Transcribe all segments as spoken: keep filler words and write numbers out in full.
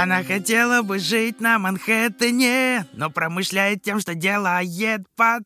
Она хотела бы жить на Манхэттене, но промышляет тем, что делает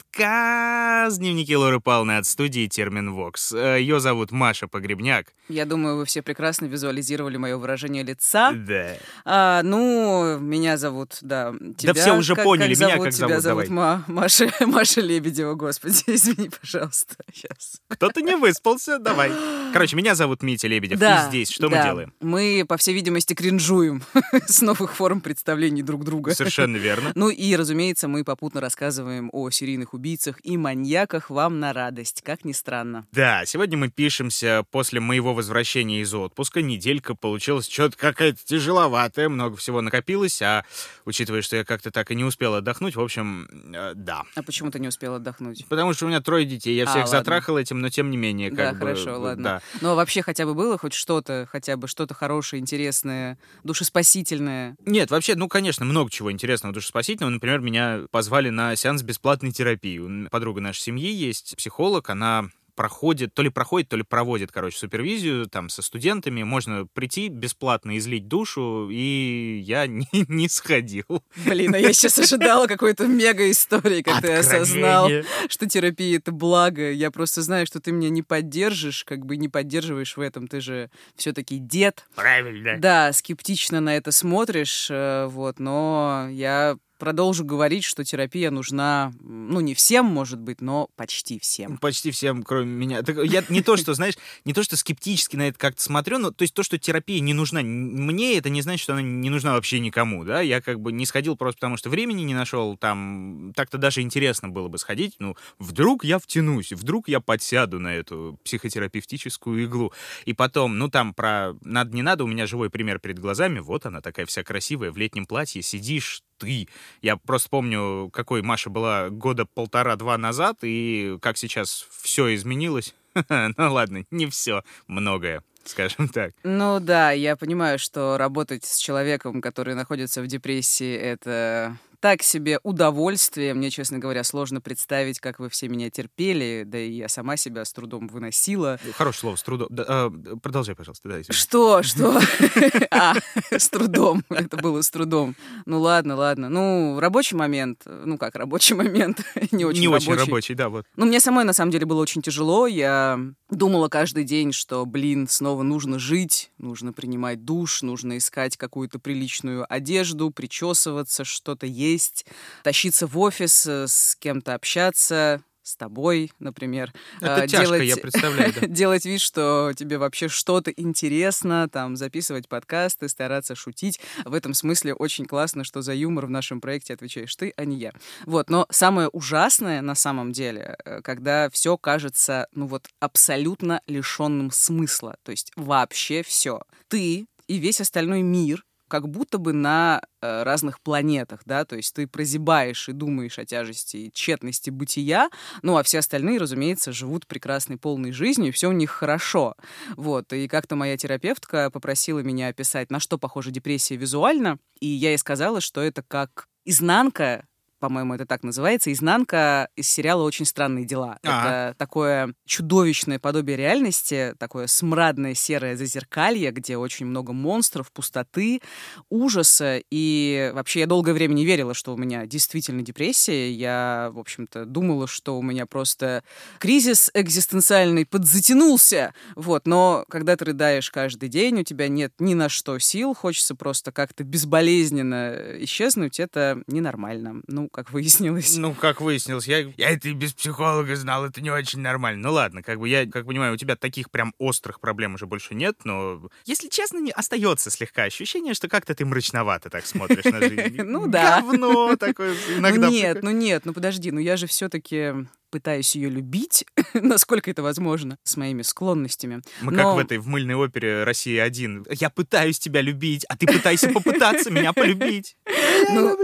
подкаст. Дневники Лоры Павловны от студии Терминвокс. Ее зовут Маша Погребняк. Я думаю, вы все прекрасно визуализировали мое выражение лица. Да. А, ну, меня зовут, да, тебя. Да все уже как, поняли, как меня зовут, как тебя зовут, зовут давай. Ма- Маша, Маша Лебедева, господи, извини, пожалуйста, сейчас. Кто-то не выспался, давай. Короче, меня зовут Митя Лебедев, Да, и здесь что да. мы делаем? Мы, по всей видимости, кринжуем с новых форм представлений друг друга. Совершенно верно. Ну и, разумеется, мы попутно рассказываем о серийных убийцах и маньяках вам на радость, как ни странно. Да, сегодня мы пишемся после моего возвращения из отпуска. Неделька получилась что-то какая-то тяжеловатая, много всего накопилось, а учитывая, что я как-то так и не успел отдохнуть, в общем, э, да. А почему ты не успел отдохнуть? Потому что у меня трое детей, я А, всех ладно. затрахал этим, но тем не менее, как Да, бы... хорошо, э, ладно. Да. Ну, а вообще хотя бы было хоть что-то, хотя бы что-то хорошее, интересное, душеспасительное? Нет, вообще, ну, конечно, много чего интересного, душеспасительного. Например, меня позвали на сеанс бесплатной терапии. Подруга нашей семьи есть, психолог, она проходит, то ли проходит, то ли проводит, короче, супервизию там со студентами. Можно прийти бесплатно, излить душу, и я не, не сходил. Блин, а я сейчас ожидала какой-то мега-истории, как ты осознал, что терапия — это благо. Я просто знаю, что ты меня не поддержишь, как бы не поддерживаешь в этом. Ты же все-таки дед. Правильно. Да, скептично на это смотришь, э, вот, но я продолжу говорить, что терапия нужна, ну, не всем, может быть, но почти всем. Почти всем, кроме меня. Так я не то, что, знаешь, не то, что скептически на это как-то смотрю, но то есть то, что терапия не нужна мне, это не значит, что она не нужна вообще никому, да. Я как бы не сходил просто потому, что времени не нашел, там так-то даже интересно было бы сходить, ну, вдруг я втянусь, вдруг я подсяду на эту психотерапевтическую иглу. И потом, ну, там про надо, не надо, у меня живой пример перед глазами, вот она такая вся красивая, в летнем платье, сидишь, ты. Я просто помню, какой Маша была года полтора-два назад, и как сейчас все изменилось. Ну ладно, не все, многое, скажем так. Ну да, я понимаю, что работать с человеком, который находится в депрессии, это так себе удовольствие. Мне, честно говоря, сложно представить, как вы все меня терпели, да и я сама себя с трудом выносила. Хорошее слово, с трудом. Да, а, продолжай, пожалуйста. Да, что? Что? А, с трудом. Это было с трудом. Ну ладно, ладно. Ну, рабочий момент. Ну как, рабочий момент. Не очень Не рабочий. очень рабочий, да, вот. Ну, мне самой, на самом деле, было очень тяжело. Я думала каждый день, что, блин, снова нужно жить, нужно принимать душ, нужно искать какую-то приличную одежду, причесываться, что-то есть, тащиться в офис, с кем-то общаться, с тобой, например. Это а, тяжко, делать, я представляю, да. делать вид, что тебе вообще что-то интересно, там, записывать подкасты, стараться шутить. В этом смысле очень классно, что за юмор в нашем проекте отвечаешь ты, а не я. Вот, но самое ужасное на самом деле, когда все кажется, ну вот, абсолютно лишенным смысла. То есть вообще все. Ты и весь остальной мир как будто бы на э, разных планетах, да, то есть ты прозябаешь и думаешь о тяжести и тщетности бытия, ну, а все остальные, разумеется, живут прекрасной, полной жизнью, и все у них хорошо, вот, и как-то моя терапевтка попросила меня описать, на что похожа депрессия визуально, и я ей сказала, что это как изнанка, по-моему, это так называется, изнанка из сериала «Очень странные дела». А-а. Это такое чудовищное подобие реальности, такое смрадное серое зазеркалье, где очень много монстров, пустоты, ужаса. И вообще я долгое время не верила, что у меня действительно депрессия. Я, в общем-то, думала, что у меня просто кризис экзистенциальный подзатянулся. Вот. Но когда ты рыдаешь каждый день, у тебя нет ни на что сил, хочется просто как-то безболезненно исчезнуть, это ненормально. Ну, как выяснилось. Ну, как выяснилось, я, я это и без психолога знал, это не очень нормально. Ну ладно, как бы я, как понимаю, у тебя таких прям острых проблем уже больше нет, но, если честно, не остается слегка ощущение, что как-то ты мрачновато так смотришь на жизнь. Ну да. Говно такое иногда. Ну нет, ну нет, ну подожди, ну я же все-таки пытаюсь ее любить, насколько это возможно, с моими склонностями. Мы Но... как в этой, в мыльной опере «Россия один». Я пытаюсь тебя любить, а ты пытайся попытаться меня полюбить. Ну...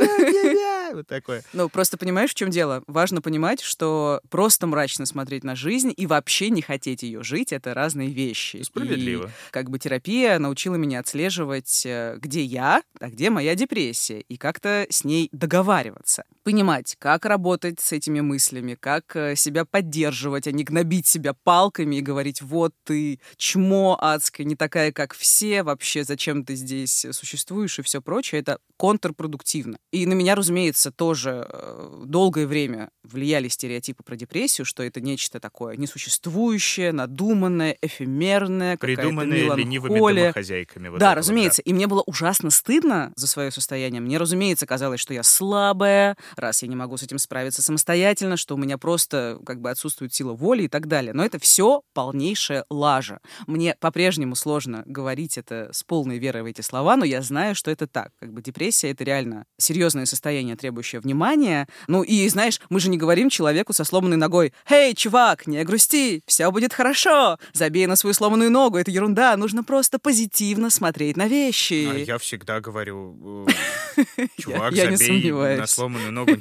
Вот такое. Ну, просто понимаешь, в чем дело? Важно понимать, что просто мрачно смотреть на жизнь и вообще не хотеть ее жить — это разные вещи. Справедливо. И как бы терапия научила меня отслеживать, где я, а где моя депрессия, и как-то с ней договариваться. понимать, как работать с этими мыслями, как себя поддерживать, а не гнобить себя палками и говорить: вот ты чмо адское, не такая, как все, вообще зачем ты здесь существуешь и все прочее, это контрпродуктивно. И на меня, разумеется, тоже долгое время влияли стереотипы про депрессию, что это нечто такое несуществующее, надуманное, эфемерное, какая-то придуманное ленивыми меланхолия. домохозяйками. Вот Да, это разумеется. Вот, да. И мне было ужасно стыдно за свое состояние. Мне, разумеется, казалось, что я слабая, раз я не могу с этим справиться самостоятельно, что у меня просто как бы отсутствует сила воли и так далее. Но это все полнейшая лажа. Мне по-прежнему сложно говорить это с полной верой в эти слова, но я знаю, что это так. Как бы депрессия — это реально серьезное состояние, требующее внимания. Ну и, знаешь, мы же не говорим человеку со сломанной ногой: «Эй, чувак, не грусти, все будет хорошо, забей на свою сломанную ногу, это ерунда, нужно просто позитивно смотреть на вещи». А я всегда говорю: чувак, Я не забей на сомневаюсь. сломанную ногу.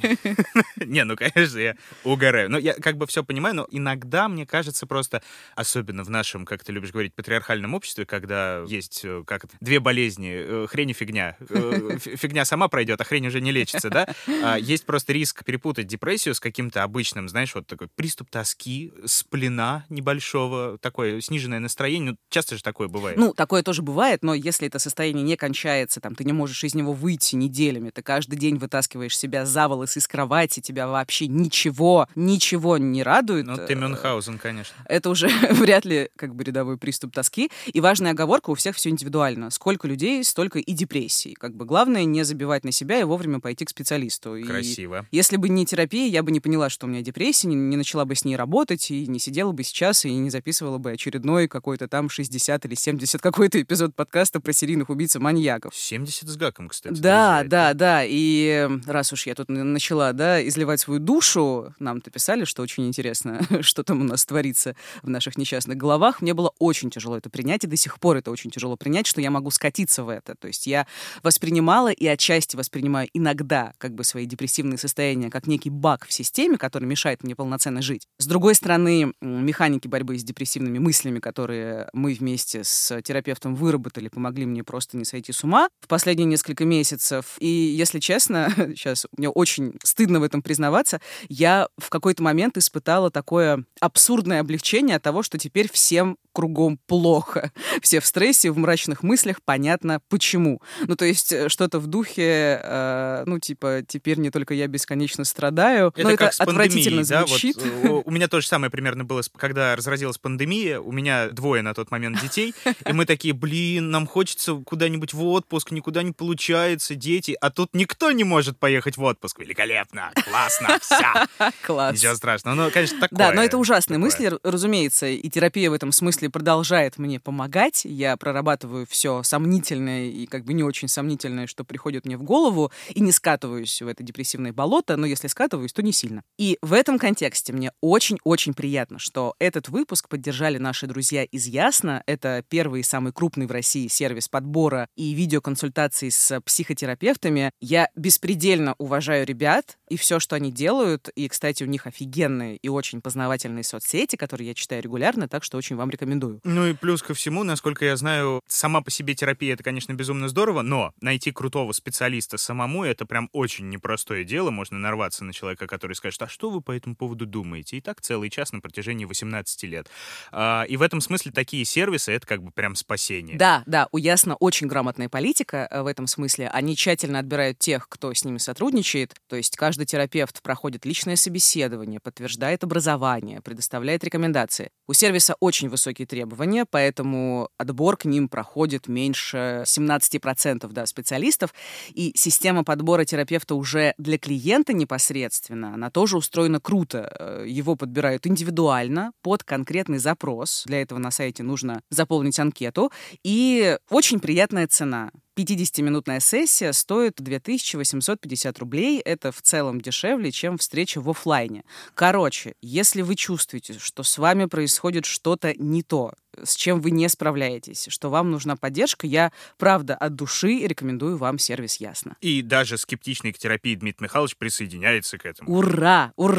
Не, ну, конечно, я угораю. Но я как бы все понимаю, но иногда, мне кажется, просто, особенно в нашем, как ты любишь говорить, патриархальном обществе, когда есть э, как это, две болезни, э, хрень и фигня. Э, ф- Фигня сама пройдет, а хрень уже не лечится, да? А есть просто риск перепутать депрессию с каким-то обычным, знаешь, вот такой приступ тоски, сплина небольшого, такое сниженное настроение. Ну, часто же такое бывает. Ну, такое тоже бывает, но если это состояние не кончается, там, ты не можешь из него выйти неделями, ты каждый день вытаскиваешь себя за волосы из кровати, тебя вообще ничего, ничего не радует. Ну, ты Мюнхгаузен, конечно. Это уже вряд ли как бы рядовой приступ тоски. И важная оговорка: у всех все индивидуально. Сколько людей, столько и депрессий. Как бы главное не забивать на себя и вовремя пойти к специалисту. И Красиво. если бы не терапия, я бы не поняла, что у меня депрессия, не, не начала бы с ней работать, и не сидела бы сейчас, и не записывала бы очередной какой-то там шестьдесят или семьдесят какой-то эпизод подкаста про серийных убийц и маньяков. семьдесят с гаком, кстати. Да, друзья. да, да. И раз уж я тут н- начала, да, изливать свою душу, нам-то писали, что очень интересно, что там у нас творится в наших несчастных головах. Мне было очень тяжело это принять, и до сих пор это очень тяжело принять, что я могу скатиться в это. То есть я воспринимала и отчасти воспринимаю иногда как бы свои депрессивные состояния как некий баг в системе, который мешает мне полноценно жить. С другой стороны, м, механики борьбы с депрессивными мыслями, которые мы вместе с терапевтом выработали, помогли мне просто не сойти с ума в последние несколько месяцев. И, если честно, сейчас мне очень стыдно в этом признаваться, я в какой-то момент испытала такое абсурдное облегчение от того, что теперь всем кругом плохо. Все в стрессе, в мрачных мыслях, понятно почему. Ну, то есть э, что-то в духе, э, ну, типа, теперь не только я бесконечно страдаю, Это но это как с отвратительно пандемией, да? звучит. Вот, э, у меня то же самое примерно было, с- когда разразилась пандемия. У меня двое на тот момент детей, и мы такие: блин, нам хочется куда-нибудь в отпуск, никуда не получается, дети. А тут никто не может поехать в отпуск. Великолепно, классно, вся. Класс. Ничего страшного. Ну, конечно, такое. Да, но это ужасные такое. мысли, р- разумеется, и терапия в этом смысле продолжает мне помогать. Я прорабатываю все сомнительное и как бы не очень сомнительное, что приходит мне в голову, и не скатываюсь в это депрессивное болото, но если скатываюсь, то не сильно. И в этом контексте мне очень-очень приятно, что этот выпуск поддержали наши друзья из Ясно. Это первый и самый крупный в России сервис подбора и видеоконсультаций с психотерапевтами. Я беспредельно уважаю ребят и все, что они делают. И, кстати, у них офигенные и очень познавательные соцсети, которые я читаю регулярно, так что очень вам рекомендую. Ну и плюс ко всему, насколько я знаю, сама по себе терапия — это, конечно, безумно здорово, но найти крутого специалиста самому — это прям очень непростое дело. Можно нарваться на человека, который скажет: а что вы по этому поводу думаете? И так целый час на протяжении восемнадцати лет. А, и в этом смысле такие сервисы — это как бы прям спасение. Да, да, у Ясно очень грамотная политика э, в этом смысле. Они тщательно отбирают тех, кто с ними сотрудничает. То есть каждый терапевт проходит личное собеседование, подтверждает образование, предоставляет рекомендации. У сервиса очень высокие требования, поэтому отбор к ним проходит меньше семнадцати процентов, да, специалистов. И система подбора терапевта уже для клиента непосредственно, она тоже устроена круто. Э, Его подбирают индивидуально, под конкретный запрос. Для этого на сайте нужно заполнить анкету. И очень приятная цена. пятидесятиминутная сессия стоит две тысячи восемьсот пятьдесят рублей. Это в целом дешевле, чем встреча в офлайне. Короче, если вы чувствуете, что с вами происходит что-то не то, с чем вы не справляетесь, что вам нужна поддержка, я, правда, от души рекомендую вам сервис Ясно. И даже скептичный к терапии Дмитрий Михайлович присоединяется к этому. Ура! Ура!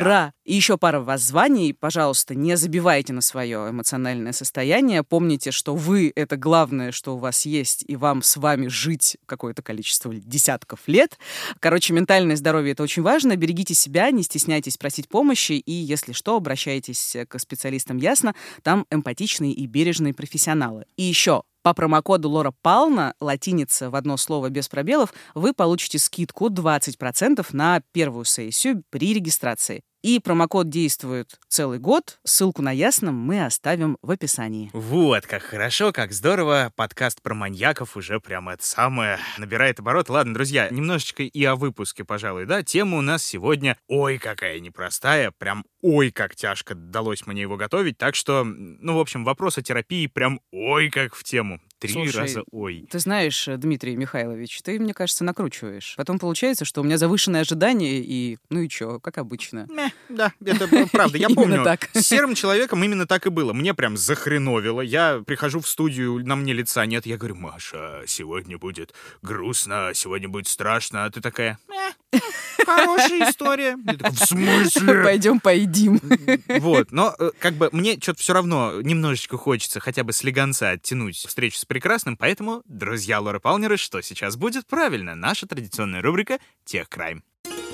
И еще пара воззваний. Пожалуйста, не забивайте на свое эмоциональное состояние. Помните, что вы — это главное, что у вас есть, и вам с вами жить какое-то количество десятков лет. Короче, ментальное здоровье — это очень важно. Берегите себя, не стесняйтесь просить помощи, и, если что, обращайтесь к специалистам Ясно. Там эмпатичные и бережные профессионалы. И еще по промокоду Лора Пална, латиница в одно слово без пробелов, вы получите скидку двадцать процентов на первую сессию при регистрации. И промокод действует целый год. Ссылку на Ясно мы оставим в описании. Вот, как хорошо, как здорово. Подкаст про маньяков уже прямо это самое набирает оборот. Ладно, друзья, немножечко и о выпуске, пожалуй, да. Тема у нас сегодня ой, какая непростая. Прям ой, как тяжко далось мне его готовить. Так что, ну, в общем, вопрос о терапии прям ой, как в тему. Три Слушай, раза ой. Ты знаешь, Дмитрий Михайлович, ты, мне кажется, накручиваешь. Потом получается, что у меня завышенные ожидания и, ну и чё, как обычно. Мeh, да, это правда. Я Именно помню, так. с серым человеком именно так и было. Мне прям захреновило. Я прихожу в студию, на мне лица нет. Я говорю: Маша, сегодня будет грустно, сегодня будет страшно. А ты такая: «Мeh, хорошая история». Я такой: в смысле? Пойдем поедим. Вот, но э, как бы мне что-то все равно немножечко хочется хотя бы слегонца оттянуть встречу с прекрасным, поэтому, друзья Лоры Палнеры, что сейчас будет? Правильно, наша традиционная рубрика «Техкрайм».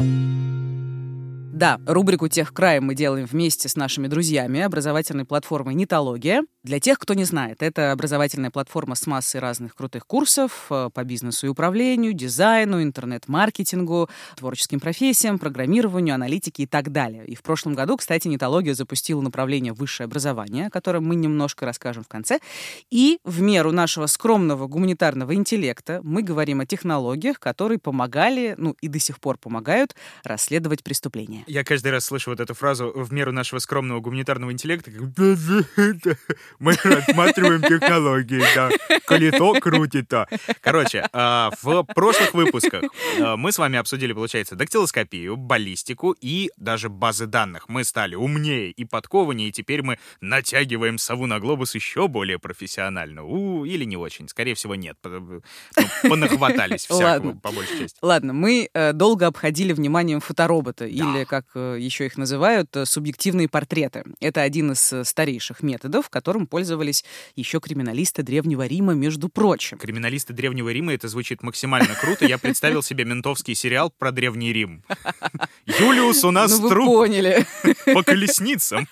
Да, рубрику «Техкрайм» мы делаем вместе с нашими друзьями образовательной платформой «Нитология». Для тех, кто не знает, это образовательная платформа с массой разных крутых курсов по бизнесу и управлению, дизайну, интернет-маркетингу, творческим профессиям, программированию, аналитике и так далее. И в прошлом году, кстати, «Нитология» запустила направление «Высшее образование», о котором мы немножко расскажем в конце. И в меру нашего скромного гуманитарного интеллекта мы говорим о технологиях, которые помогали, ну и до сих пор помогают расследовать преступления. Я каждый раз слышу вот эту фразу в меру нашего скромного гуманитарного интеллекта. Как, мы рассматриваем технологии, да. Коли то, крутит то. Короче, в прошлых выпусках мы с вами обсудили, получается, дактилоскопию, баллистику и даже базы данных. Мы стали умнее и подкованнее, и теперь мы натягиваем сову на глобус еще более профессионально. У, или не очень. Скорее всего, нет. Ну, понахватались всякого, по большей части. Ладно, мы э, долго обходили вниманием фоторобота, да. Или, как э, еще их называют, э, субъективные портреты. Это один из э, старейших методов, которым пользовались еще криминалисты Древнего Рима, между прочим. Криминалисты Древнего Рима, это звучит максимально круто. Я представил себе ментовский сериал про Древний Рим. Юлиус у нас ну, труп. Вы поняли. По колесницам.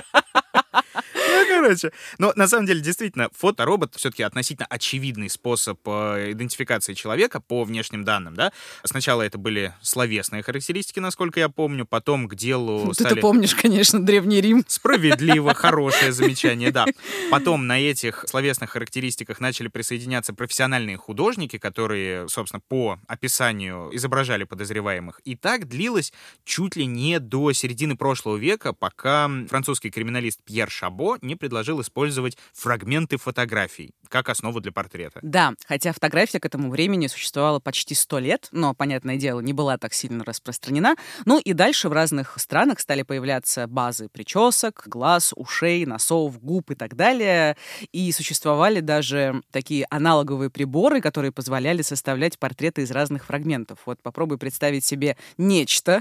Ну, короче. Но на самом деле, действительно, фоторобот все-таки относительно очевидный способ э, идентификации человека по внешним данным, да. Сначала это были словесные характеристики, насколько я помню, потом к делу Ты-то стали... помнишь, конечно, Древний Рим. Справедливо, хорошее замечание, да. Потом на этих словесных характеристиках начали присоединяться профессиональные художники, которые, собственно, по описанию изображали подозреваемых. И так длилось чуть ли не до середины прошлого века, пока французский криминалист Пьер Шабо не предложил использовать фрагменты фотографий как основу для портрета. Да, хотя фотография к этому времени существовала почти сто лет, но, понятное дело, не была так сильно распространена. Ну и дальше в разных странах стали появляться базы причесок, глаз, ушей, носов, губ и так далее. И существовали даже такие аналоговые приборы, которые позволяли составлять портреты из разных фрагментов. Вот попробуй представить себе нечто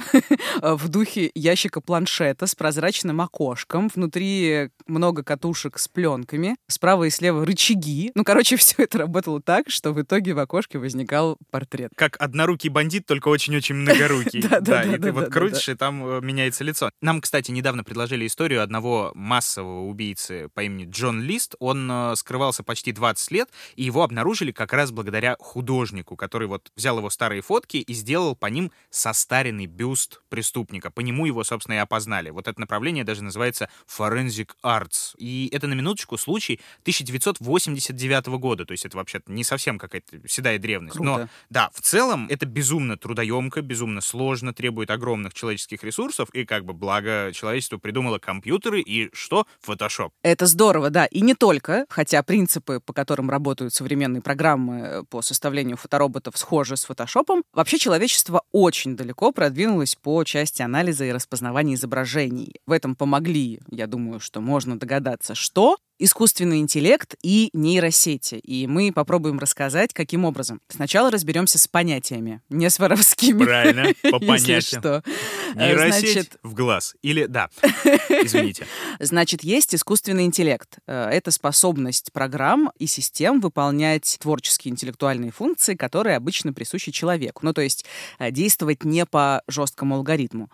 в духе ящика-планшета с прозрачным окошком, внутри много катушек с пленками, справа и слева рычаги. Ну, короче, все это работало так, что в итоге в окошке возникал портрет. Как однорукий бандит, только очень-очень многорукий. Да, и ты вот крутишь, и там меняется лицо. Нам, кстати, недавно предложили историю одного массового убийцы по имени Джон Лист. Он скрывался почти двадцать лет, и его обнаружили как раз благодаря художнику, который вот взял его старые фотки и сделал по ним состаренный бюст преступника. По нему его, собственно, и опознали. Вот это направление даже называется forensic arts. И это, на минуточку, случай тысяча девятьсот восемьдесят девятого года, то есть это вообще-то не совсем какая-то седая древность. Круто. Но да, в целом это безумно трудоемко, безумно сложно, требует огромных человеческих ресурсов, и как бы благо человечество придумало компьютеры и что? Фотошоп. Это здорово, да, и не только, хотя принципы, по которым работают современные программы по составлению фотороботов, схожи с фотошопом. Вообще человечество очень далеко продвинулось по части анализа и распознавания изображений. В этом помогли, я думаю, что можно догадаться, что искусственный интеллект и нейросети. И мы попробуем рассказать, каким образом. Сначала разберемся с понятиями, не с воровскими. Правильно, по Если понятиям. что. Нейросеть Значит, в глаз. Или, да, извините. Значит, есть искусственный интеллект. Э, Это способность программ и систем выполнять творческие интеллектуальные функции, которые обычно присущи человеку. Ну, то есть э, действовать не по жесткому алгоритму.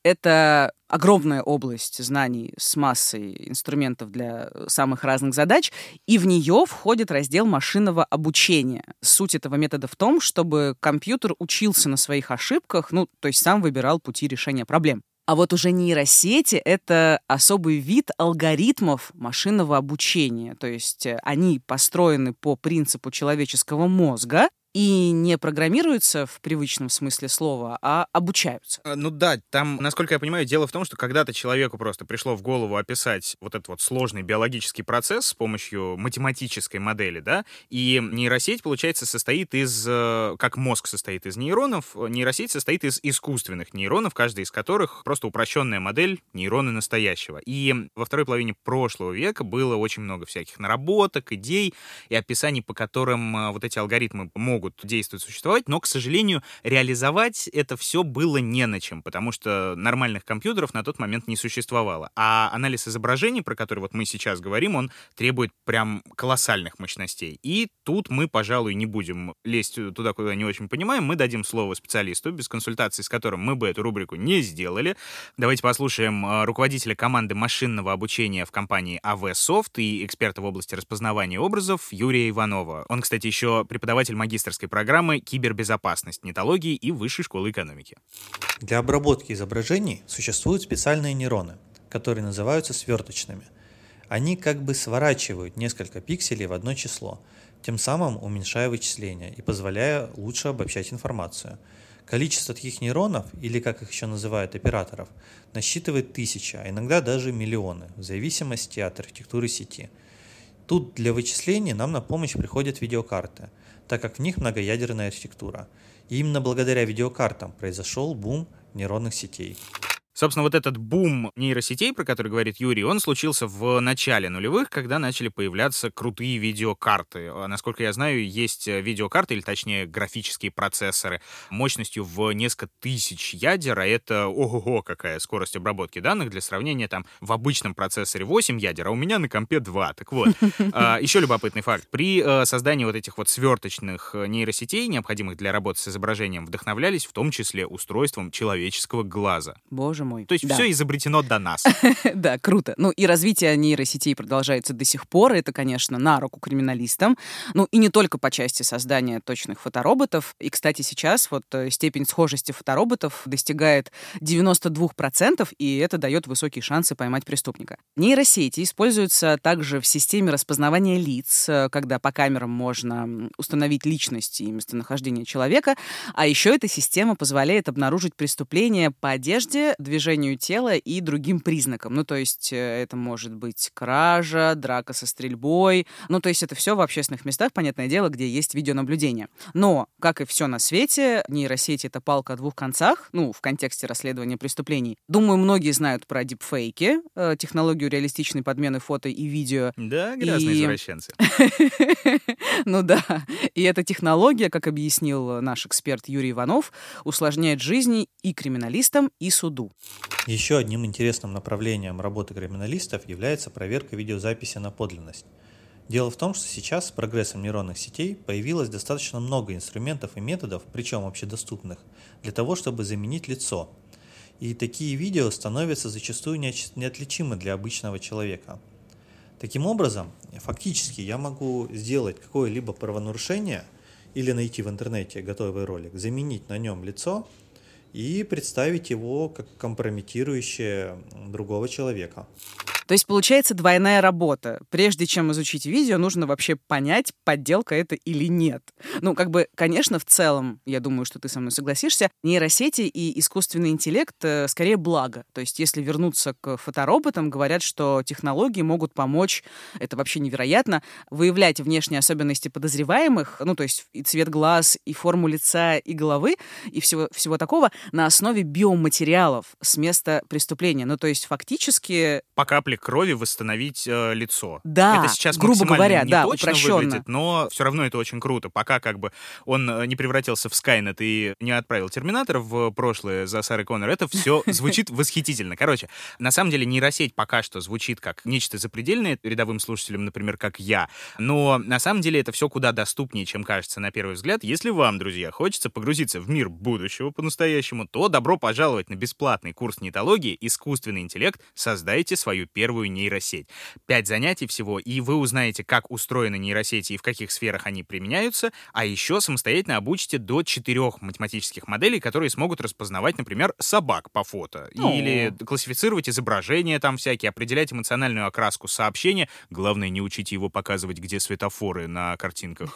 Это огромная область знаний с массой инструментов для самых разных задач, и в нее входит раздел машинного обучения. Суть этого метода в том, чтобы компьютер учился на своих ошибках, ну, то есть сам выбирал пути решения проблем. А вот уже нейросети — это особый вид алгоритмов машинного обучения. То есть они построены по принципу человеческого мозга и не программируются в привычном смысле слова, а обучаются. А, Ну да, там, насколько я понимаю, дело в том, что когда-то человеку просто пришло в голову описать вот этот вот сложный биологический процесс с помощью математической модели, да, и нейросеть, получается, состоит из, э, как мозг состоит из нейронов, нейросеть состоит из искусственных нейронов, каждый из которых просто упрощенная модель нейроны настоящего. И во второй половине прошлого века было очень много всяких наработок, идей и описаний, по которым э, вот эти алгоритмы могут действовать, существовать, но, к сожалению, реализовать это все было не на чем, потому что нормальных компьютеров на тот момент не существовало. А анализ изображений, про который вот мы сейчас говорим, он требует прям колоссальных мощностей. И тут мы, пожалуй, не будем лезть туда, куда не очень понимаем, мы дадим слово специалисту, без консультации с которым мы бы эту рубрику не сделали. Давайте послушаем э, руководителя команды машинного обучения в компании эй ви Soft и эксперта в области распознавания образов Юрия Иванова. Он, кстати, еще преподаватель магистерской программы «Кибербезопасность, нетологии» и Высшей школы экономики. Для обработки изображений существуют специальные нейроны, которые называются сверточными. Они как бы сворачивают несколько пикселей в одно число, тем самым уменьшая вычисления и позволяя лучше обобщать информацию. Количество таких нейронов, или как их еще называют операторов, насчитывает тысячи, а иногда даже миллионы, в зависимости от архитектуры сети. Тут для вычислений нам на помощь приходят видеокарты, так как в них многоядерная архитектура. И именно благодаря видеокартам произошел бум нейронных сетей. Собственно, вот этот бум нейросетей, про который говорит Юрий, он случился в начале нулевых, когда начали появляться крутые видеокарты. Насколько я знаю, есть видеокарты, или точнее графические процессоры, мощностью в несколько тысяч ядер, а это ого-го, какая скорость обработки данных. Для сравнения, там в обычном процессоре восемь ядер, а у меня на компе два. Так вот, еще любопытный факт. При создании вот этих вот сверточных нейросетей, необходимых для работы с изображением, вдохновлялись в том числе устройством человеческого глаза. Боже мой. То есть Да. все изобретено до нас. Да, круто. Ну и развитие нейросетей продолжается до сих пор. Это, конечно, на руку криминалистам. Ну и не только по части создания точных фотороботов. И, кстати, сейчас вот э, степень схожести фотороботов достигает девяносто два процента, и это дает высокие шансы поймать преступника. Нейросети используются также в системе распознавания лиц, э, когда по камерам можно м, установить личность и местонахождение человека. А еще эта система позволяет обнаружить преступления по одежде, движению тела и другим признакам. Ну, то есть э, это может быть кража, драка со стрельбой. Ну, то есть это все в общественных местах, понятное дело, где есть видеонаблюдение. Но, как и все на свете, нейросети — это палка о двух концах, ну, в контексте расследования преступлений. Думаю, многие знают про дипфейки, э, технологию реалистичной подмены фото и видео. Да, грязные И- извращенцы. Ну да. И эта технология, как объяснил наш эксперт Юрий Иванов, усложняет жизни и криминалистам, и суду. Еще одним интересным направлением работы криминалистов является проверка видеозаписи на подлинность. Дело в том, что сейчас с прогрессом нейронных сетей появилось достаточно много инструментов и методов, причем общедоступных, для того, чтобы заменить лицо. И такие видео становятся зачастую неоч- неотличимы для обычного человека. Таким образом, фактически я могу сделать какое-либо правонарушение или найти в интернете готовый ролик, заменить на нем лицо и представить его как компрометирующее другого человека. То есть получается двойная работа. Прежде чем изучить видео, нужно вообще понять, подделка это или нет. Ну, как бы, конечно, в целом, я думаю, что ты со мной согласишься, нейросети и искусственный интеллект э, скорее благо. То есть если вернуться к фотороботам, говорят, что технологии могут помочь, это вообще невероятно, выявлять внешние особенности подозреваемых, ну, то есть и цвет глаз, и форму лица, и головы, и всего, всего такого на основе биоматериалов с места преступления. Ну, то есть фактически... По капле капле крови восстановить э, лицо. Да, это сейчас грубо максимально говоря, не да, точно упрощенно. выглядит, но все равно это очень круто. Пока как бы он не превратился в Скайнет и не отправил Терминатора в прошлое за Сарой Коннор, это все звучит восхитительно. Короче, на самом деле нейросеть пока что звучит как нечто запредельное рядовым слушателям, например, как я, но на самом деле это все куда доступнее, чем кажется на первый взгляд. Если вам, друзья, хочется погрузиться в мир будущего по-настоящему, то добро пожаловать на бесплатный курс нетологии «Искусственный интеллект. Создайте свою первую нейросеть». Пять занятий всего, и вы узнаете, как устроены нейросети и в каких сферах они применяются, а еще самостоятельно обучите до четырех математических моделей, которые смогут распознавать, например, собак по фото. О. Или классифицировать изображения там всякие, определять эмоциональную окраску сообщения. Главное, не учите его показывать, где светофоры на картинках.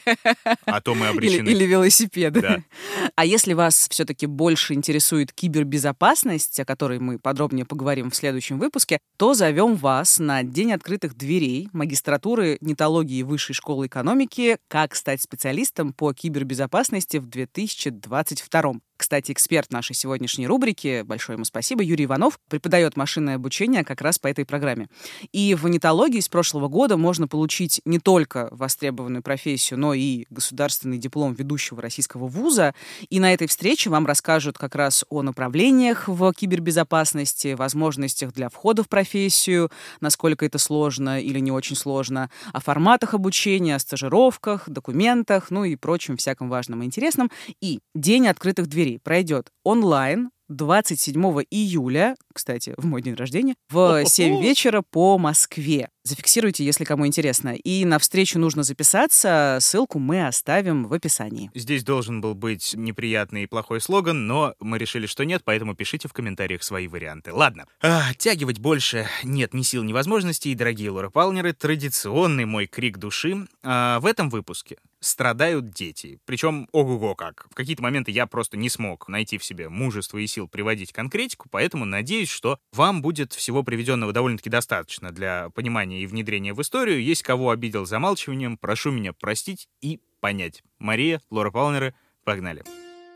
А то мы обречены. Или, или велосипеды. Да. А если вас все-таки больше интересует кибербезопасность, о которой мы подробнее поговорим в следующем выпуске, то зовем вас на День открытых дверей магистратуры нетологии Высшей школы экономики «Как стать специалистом по кибербезопасности в две тысячи двадцать втором». Кстати, эксперт нашей сегодняшней рубрики, большое ему спасибо, Юрий Иванов, преподает машинное обучение как раз по этой программе. И в нетологии с прошлого года можно получить не только востребованную профессию, но и государственный диплом ведущего российского вуза. И на этой встрече вам расскажут как раз о направлениях в кибербезопасности, возможностях для входа в профессию, насколько это сложно или не очень сложно, о форматах обучения, о стажировках, документах, ну и прочем всяком важном и интересном. И День открытых дверей пройдет онлайн двадцать седьмого июля, кстати, в мой день рождения, в семь вечера по Москве. Зафиксируйте, если кому интересно. И на встречу нужно записаться. Ссылку мы оставим в описании. Здесь должен был быть неприятный и плохой слоган, но мы решили, что нет, поэтому пишите в комментариях свои варианты. Ладно, а, оттягивать больше нет ни сил, ни возможностей. Дорогие Лора Палнеры, традиционный мой крик души. А, в этом выпуске страдают дети. Причем ого-го как. В какие-то моменты я просто не смог найти в себе мужество и сил приводить конкретику, поэтому надеюсь, что вам будет всего приведенного довольно-таки достаточно для понимания и внедрения в историю. Есть кого обидел замалчиванием, прошу меня простить и понять. Мария, Лора Палнеры, погнали.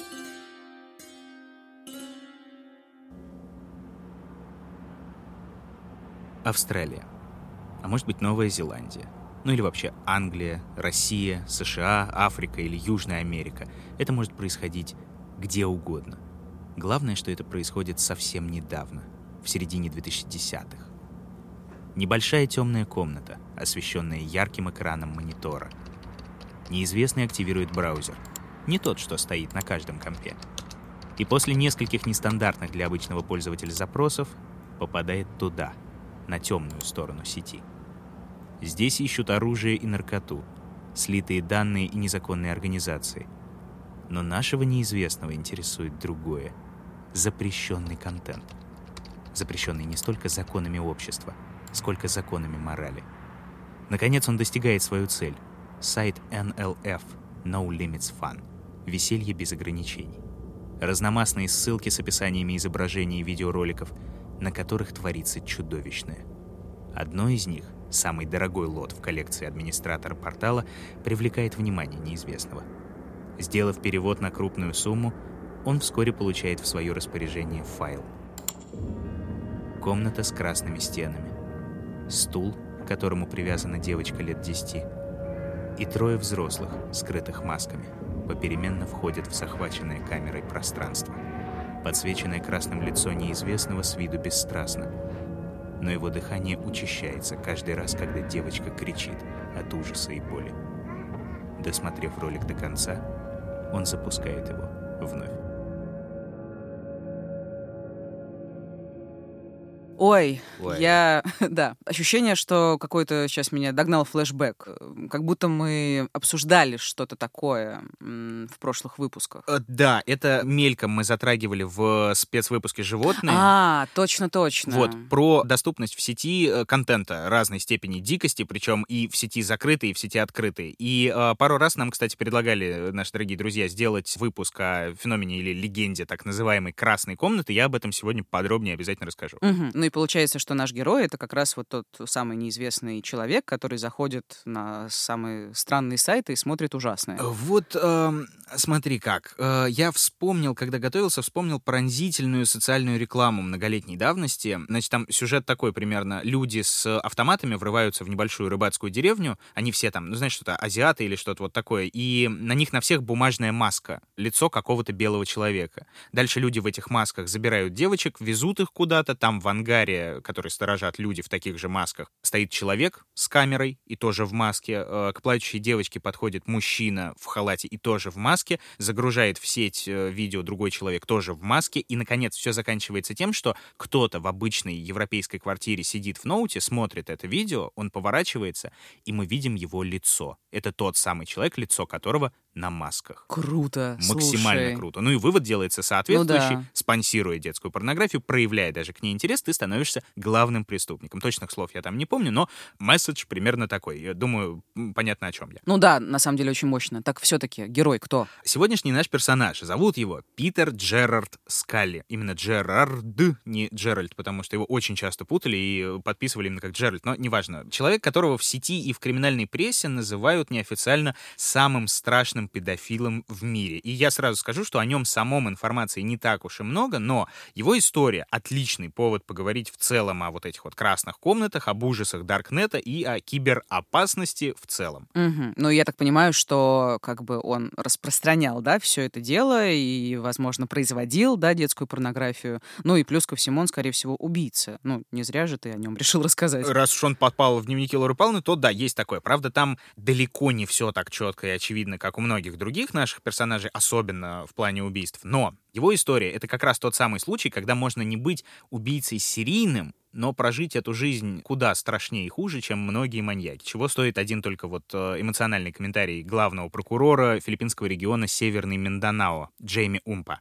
Австралия. А может быть, Новая Зеландия. Ну или вообще Англия, Россия, США, Африка или Южная Америка. Это может происходить где угодно. Главное, что это происходит совсем недавно, в середине две тысячи десятых. Небольшая темная комната, освещенная ярким экраном монитора. Неизвестный активирует браузер. Не тот, что стоит на каждом компе. И после нескольких нестандартных для обычного пользователя запросов попадает туда, на темную сторону сети. Здесь ищут оружие и наркоту, слитые данные и незаконные организации. Но нашего неизвестного интересует другое — запрещенный контент. Запрещенный не столько законами общества, сколько законами морали. Наконец он достигает свою цель — сайт эн эл эф — No Limits Fun — веселье без ограничений. Разномастные ссылки с описаниями изображений и видеороликов, на которых творится чудовищное. Одно из них, самый дорогой лот в коллекции администратора портала, привлекает внимание неизвестного. Сделав перевод на крупную сумму, он вскоре получает в свое распоряжение файл. Комната с красными стенами, стул, к которому привязана девочка лет десяти, и трое взрослых, скрытых масками, попеременно входят в захваченное камерой пространство. Подсвеченное красным лицо неизвестного с виду бесстрастно, но его дыхание учащается каждый раз, когда девочка кричит от ужаса и боли. Досмотрев ролик до конца, он запускает его вновь. Ой, Ой. я... Да, ощущение, что какой-то сейчас меня догнал флешбэк. Как будто мы обсуждали что-то такое м, в прошлых выпусках. Э, Да, это мельком мы затрагивали в спецвыпуске «Животные». А, точно-точно. Вот, про доступность в сети э, контента разной степени дикости, причем и в сети закрытой, и в сети открытой. И э, пару раз нам, кстати, предлагали наши дорогие друзья сделать выпуск о феномене или легенде так называемой «красной комнаты». Я об этом сегодня подробнее обязательно расскажу. Угу. Ну и получается, что наш герой — это как раз вот тот самый неизвестный человек, который заходит на самые странные сайты и смотрит ужасное. Вот э, смотри как. Э, я вспомнил, когда готовился, вспомнил пронзительную социальную рекламу многолетней давности. Значит, там сюжет такой примерно. Люди с автоматами врываются в небольшую рыбацкую деревню. Они все там, ну, знаешь, что-то азиаты или что-то вот такое. И на них на всех бумажная маска. Лицо какого-то белого человека. Дальше люди в этих масках забирают девочек, везут их куда-то. Там в ангаре, который сторожат люди в таких же масках, стоит человек с камерой и тоже в маске. К плачущей девочке подходит мужчина в халате и тоже в маске. Загружает в сеть видео другой человек тоже в маске. И, наконец, все заканчивается тем, что кто-то в обычной европейской квартире сидит в ноуте, смотрит это видео, он поворачивается, и мы видим его лицо. Это тот самый человек, лицо которого на масках. Круто, Максимально слушай. круто. Ну и вывод делается соответствующий. Ну да. Спонсируя детскую порнографию, проявляя даже к ней интерес, ты становишься главным преступником. Точных слов я там не помню, но месседж примерно такой. Я думаю, понятно, о чем я. Ну да, на самом деле очень мощно. Так все-таки герой кто? Сегодняшний наш персонаж, зовут его Питер Джерард Скалли. Именно Джерард, не Джеральд, потому что его очень часто путали и подписывали именно как Джеральд, но неважно. Человек, которого в сети и в криминальной прессе называют неофициально самым страшным педофилом в мире. И я сразу скажу, что о нем самом информации не так уж и много, но его история — отличный повод поговорить в целом о вот этих вот красных комнатах, об ужасах Даркнета и о киберопасности в целом. Угу. Ну, я так понимаю, что как бы он распространял, да, все это дело и, возможно, производил, да, детскую порнографию. Ну и плюс ко всему он, скорее всего, убийца. Ну, не зря же ты о нем решил рассказать. Раз уж он попал в дневники Лоры Павловны, то да, есть такое. Правда, там далеко не все так четко и очевидно, как у многих других наших персонажей, особенно в плане убийств. Но его история — это как раз тот самый случай, когда можно не быть убийцей серийным, но прожить эту жизнь куда страшнее и хуже, чем многие маньяки. Чего стоит один только вот эмоциональный комментарий главного прокурора филиппинского региона Северный Минданао Джейми Умпа.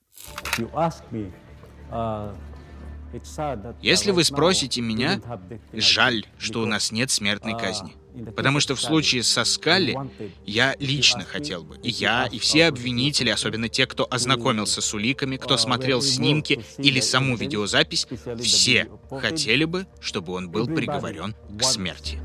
Если вы спросите меня, жаль, что у нас нет смертной казни. Потому что в случае со Скалли я лично хотел бы. И я, и все обвинители, особенно те, кто ознакомился с уликами, кто смотрел снимки или саму видеозапись, все хотели бы, чтобы он был приговорен к смерти.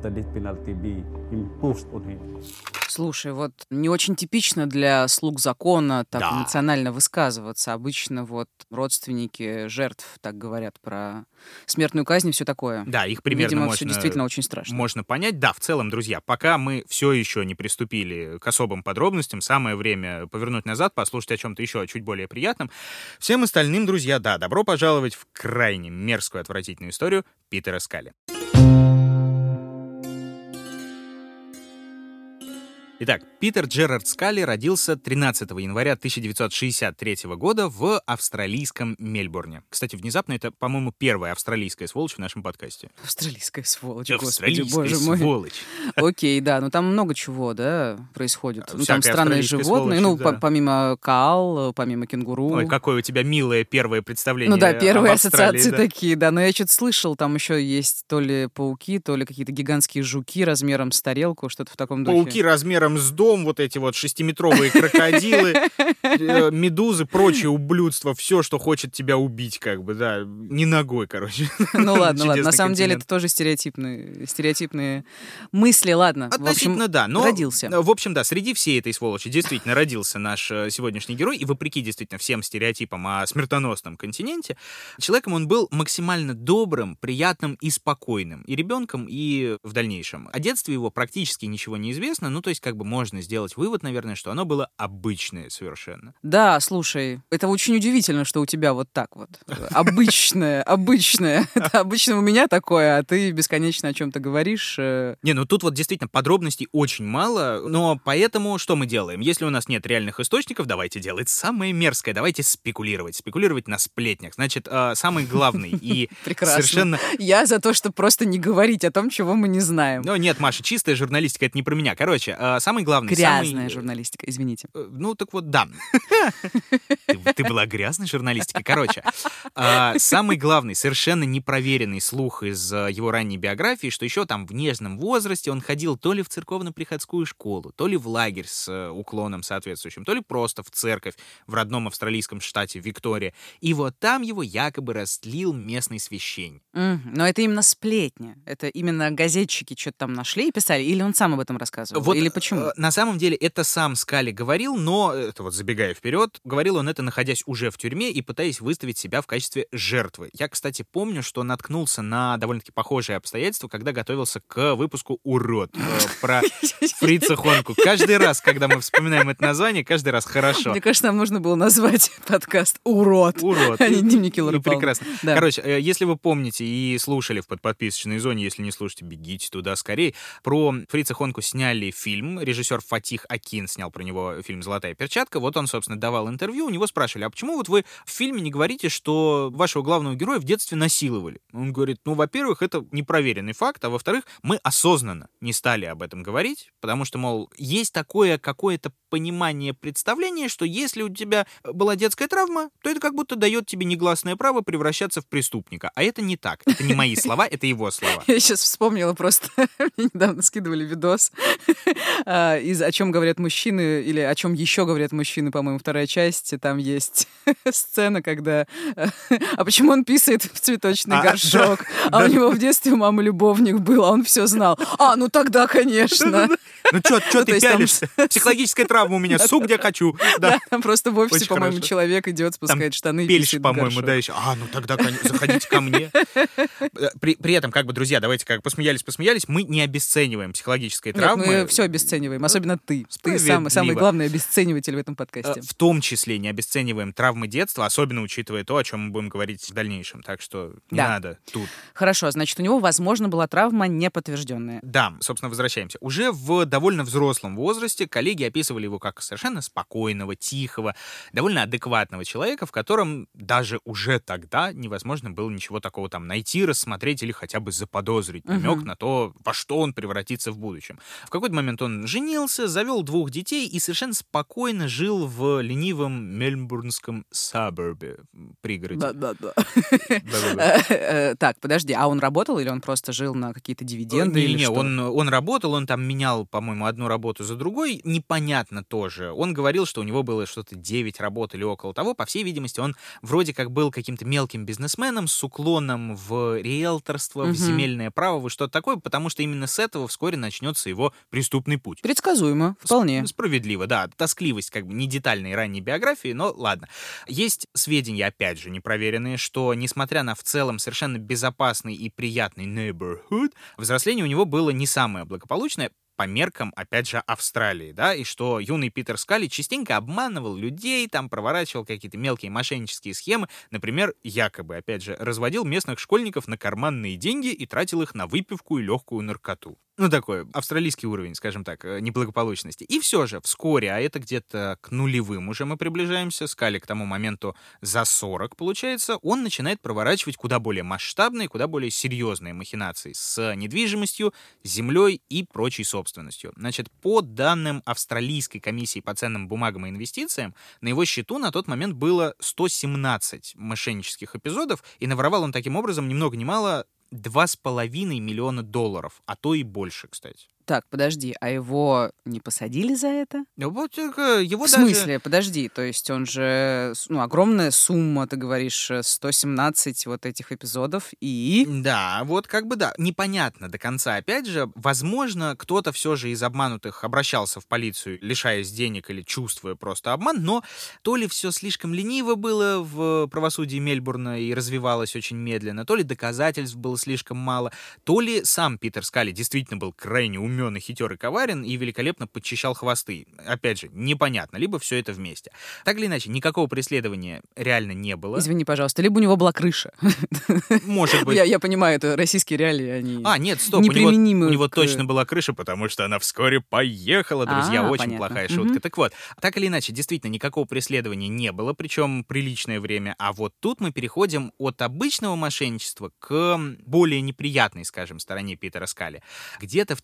Слушай, вот не очень типично для слуг закона так Да. эмоционально высказываться. Обычно вот родственники жертв так говорят про смертную казнь и все такое. Да, их примерно Видимо, можно, все действительно очень страшно. можно понять. Да, в целом, друзья, пока мы все еще не приступили к особым подробностям, самое время повернуть назад, послушать о чем-то еще чуть более приятном. Всем остальным, друзья, да, добро пожаловать в крайне мерзкую, отвратительную историю Питера Скалли. Итак, Питер Джерард Скалли родился тринадцатого января тысяча девятьсот шестьдесят третьего года в австралийском Мельбурне. Кстати, внезапно это, по-моему, первая австралийская сволочь в нашем подкасте. Австралийская сволочь, господи, Австралийская боже мой. сволочь. Окей, да, ну там много чего, да, происходит. Ну, там Всякая странные австралийская животные, сволочь, ну, да. по- помимо коал, помимо кенгуру. Ой, какое у тебя милое первое представление. Ну да, первые об Австралии, ассоциации да. такие, да. Но я что-то слышал, там еще есть то ли пауки, то ли какие-то гигантские жуки размером с тарелку, что-то в таком духе. Пауки размером с дом, вот эти вот шестиметровые крокодилы, э, медузы, прочее ублюдство, все, что хочет тебя убить, как бы, да, не ногой, короче. Ну ладно, ладно. Чудесный На самом деле континент. это тоже стереотипные, стереотипные мысли. Ладно, в Относительно, общем, да, но, родился. В общем, да, среди всей этой сволочи действительно родился наш э, сегодняшний герой, и вопреки действительно всем стереотипам о смертоносном континенте, человеком он был максимально добрым, приятным и спокойным, и ребенком, и в дальнейшем. О детстве его практически ничего не известно, ну, то есть, как бы можно сделать вывод, наверное, что оно было обычное совершенно. Да, слушай, это очень удивительно, что у тебя вот так вот. Обычное, обычное. Это обычно у меня такое, а ты бесконечно о чем-то говоришь. э, Не, ну тут вот действительно подробностей очень мало, но поэтому что мы делаем? Если у нас нет реальных источников, давайте делать самое мерзкое, давайте спекулировать, спекулировать на сплетнях. Значит, э, самый главный и Прекрасно. совершенно... Я за то, чтобы просто не говорить о том, чего мы не знаем. Ну нет, Маша, чистая журналистика — это не про меня. Короче, э, самый главный... Грязная самый... журналистика, извините. Ну, так вот, да. Ты была грязной журналистикой. Короче, самый главный, совершенно непроверенный слух из его ранней биографии, что еще там в нежном возрасте он ходил то ли в церковно-приходскую школу, то ли в лагерь с уклоном соответствующим, то ли просто в церковь в родном австралийском штате Виктория. И вот там его якобы растлил местный священник. Mm, но это именно сплетня. Это именно газетчики что-то там нашли и писали? Или он сам об этом рассказывал? Вот, Или почему? На самом деле это сам Скали говорил, но, это вот забегая вперед, говорил он это, находясь уже в тюрьме и пытаясь выставить себя в качестве жертвы. Я, кстати, помню, что наткнулся на довольно-таки похожие обстоятельства, когда готовился к выпуску «Урод» про Фрица Хонку. Каждый раз, когда мы вспоминаем это название, каждый раз хорошо. Мне кажется, нам нужно было назвать подкаст «Урод», «Урод», а не «Дневники Лоры Палны». Прекрасно. Да. Короче, если вы помните и слушали в подписочной зоне, если не слушаете, бегите туда скорее. Про Фрица Хонку сняли фильм. Режиссер Фатих Акин снял про него фильм «Золотая перчатка». Вот он, собственно, давал интервью. У него спрашивали, а почему вот вы в фильме не говорите, что вашего главного героя в детстве насиловали? Он говорит, ну, во-первых, это непроверенный факт, а во-вторых, мы осознанно не стали об этом говорить, потому что, мол, есть такое какое-то понимание, представление, что если у тебя была детская травма, то это как будто дает тебе негласное право превращаться в преступника. А это не так. Это не мои слова, это его слова. Я сейчас вспомнила просто, мне недавно скидывали видос, из «О чем говорят мужчины» или «О чем еще говорят мужчины», по-моему, вторая часть. Там есть сцена, когда... А почему он писает в цветочный а, горшок? Да, а да. у него в детстве у мамы любовник был, а он все знал. А, ну тогда, конечно. Ну что Ну, ты пялишься? Там... Психологическая травма у меня, сук, где хочу. Да, там просто в офисе, Очень по-моему, хорошо. человек идет, спускает Там штаны и Пельш, писает в по-моему, горшок. да, еще. А, ну тогда конечно, заходите ко мне. При, при этом, как бы, друзья, давайте как посмеялись, посмеялись, мы не обесцениваем психологической Нет, травмы. мы все обесцениваем, особенно ты. Ты самый, самый главный обесцениватель в этом подкасте. В том числе не обесцениваем травмы детства, особенно учитывая то, о чем мы будем говорить в дальнейшем. Так что не Да. надо тут. Хорошо, значит, у него, возможно, была травма неподтвержденная. Да, собственно, возвращаемся. Уже в довольно взрослом возрасте коллеги описывали его как совершенно спокойного, тихого, довольно адекватного человека, в котором даже уже тогда невозможно было ничего такого там найти, рассмотреть или хотя бы заподозрить. Намек Мгм. на то, во что он превратится в будущем. В какой-то момент он женился, завел двух детей и совершенно спокойно жил в ленивом мельбурнском сабербе, пригороде. Да-да-да. Да-да-да. Э, Так, подожди, а он работал или он просто жил на какие-то дивиденды? или Не-не, что? он, он работал, он там менял, по-моему, одну работу за другой. Непонятно тоже. Он говорил, что у него было что-то девять работ или около того. По всей видимости, он вроде как был каким-то мелким бизнесменом с уклоном в риэлторство, Мгм. в земельное право, в что-то такое, потому что именно с этого вскоре начнется его преступный путь. Предсказуемо, вполне. Сп- Справедливо, да. Тоскливость, как бы, не детальной ранней биографии, но ладно. Есть сведения, опять же, непроверенные, что, несмотря на в целом совершенно безопасный и приятный neighborhood, взросление у него было не самое благополучное, по меркам, опять же, Австралии, да, и что юный Питер Скали частенько обманывал людей, там проворачивал какие-то мелкие мошеннические схемы, например, якобы, опять же, разводил местных школьников на карманные деньги и тратил их на выпивку и легкую наркоту. Ну, такой австралийский уровень, скажем так, э, неблагополучности. И все же, вскоре, а это где-то к нулевым уже мы приближаемся, Скали к тому моменту за сорок, получается, он начинает проворачивать куда более масштабные, куда более серьезные махинации с недвижимостью, землей и прочей собственностью. Значит, по данным Австралийской комиссии по ценным бумагам и инвестициям, на его счету на тот момент было сто семнадцать мошеннических эпизодов, и наворовал он таким образом ни много ни мало два с половиной миллиона долларов, а то и больше, кстати. Так, подожди, а его не посадили за это? Ну, вот э, его В даже... смысле, подожди, то есть он же, ну, огромная сумма, ты говоришь, сто семнадцать вот этих эпизодов, и... Да, вот как бы да. Непонятно до конца. Опять же, возможно, кто-то все же из обманутых обращался в полицию, лишаясь денег или чувствуя просто обман, но то ли все слишком лениво было в правосудии Мельбурна и развивалось очень медленно, то ли доказательств было слишком мало, то ли сам Питер Скали действительно был крайне умен и хитер и коварен и великолепно подчищал хвосты. Опять же, непонятно, либо все это вместе. Так или иначе, никакого преследования реально не было. Извини, пожалуйста, либо у него была крыша. Может быть. Я, я понимаю, это российские реалии, они А, нет, стоп, у него, неприменимы у него к- точно была крыша, потому что она вскоре поехала, друзья. А, Очень понятно. плохая Мгм. шутка. Так вот, так или иначе, действительно, никакого преследования не было, причем приличное время. А вот тут мы переходим от обычного мошенничества к более неприятной, скажем, стороне Питера Скали. Где-то в те же годы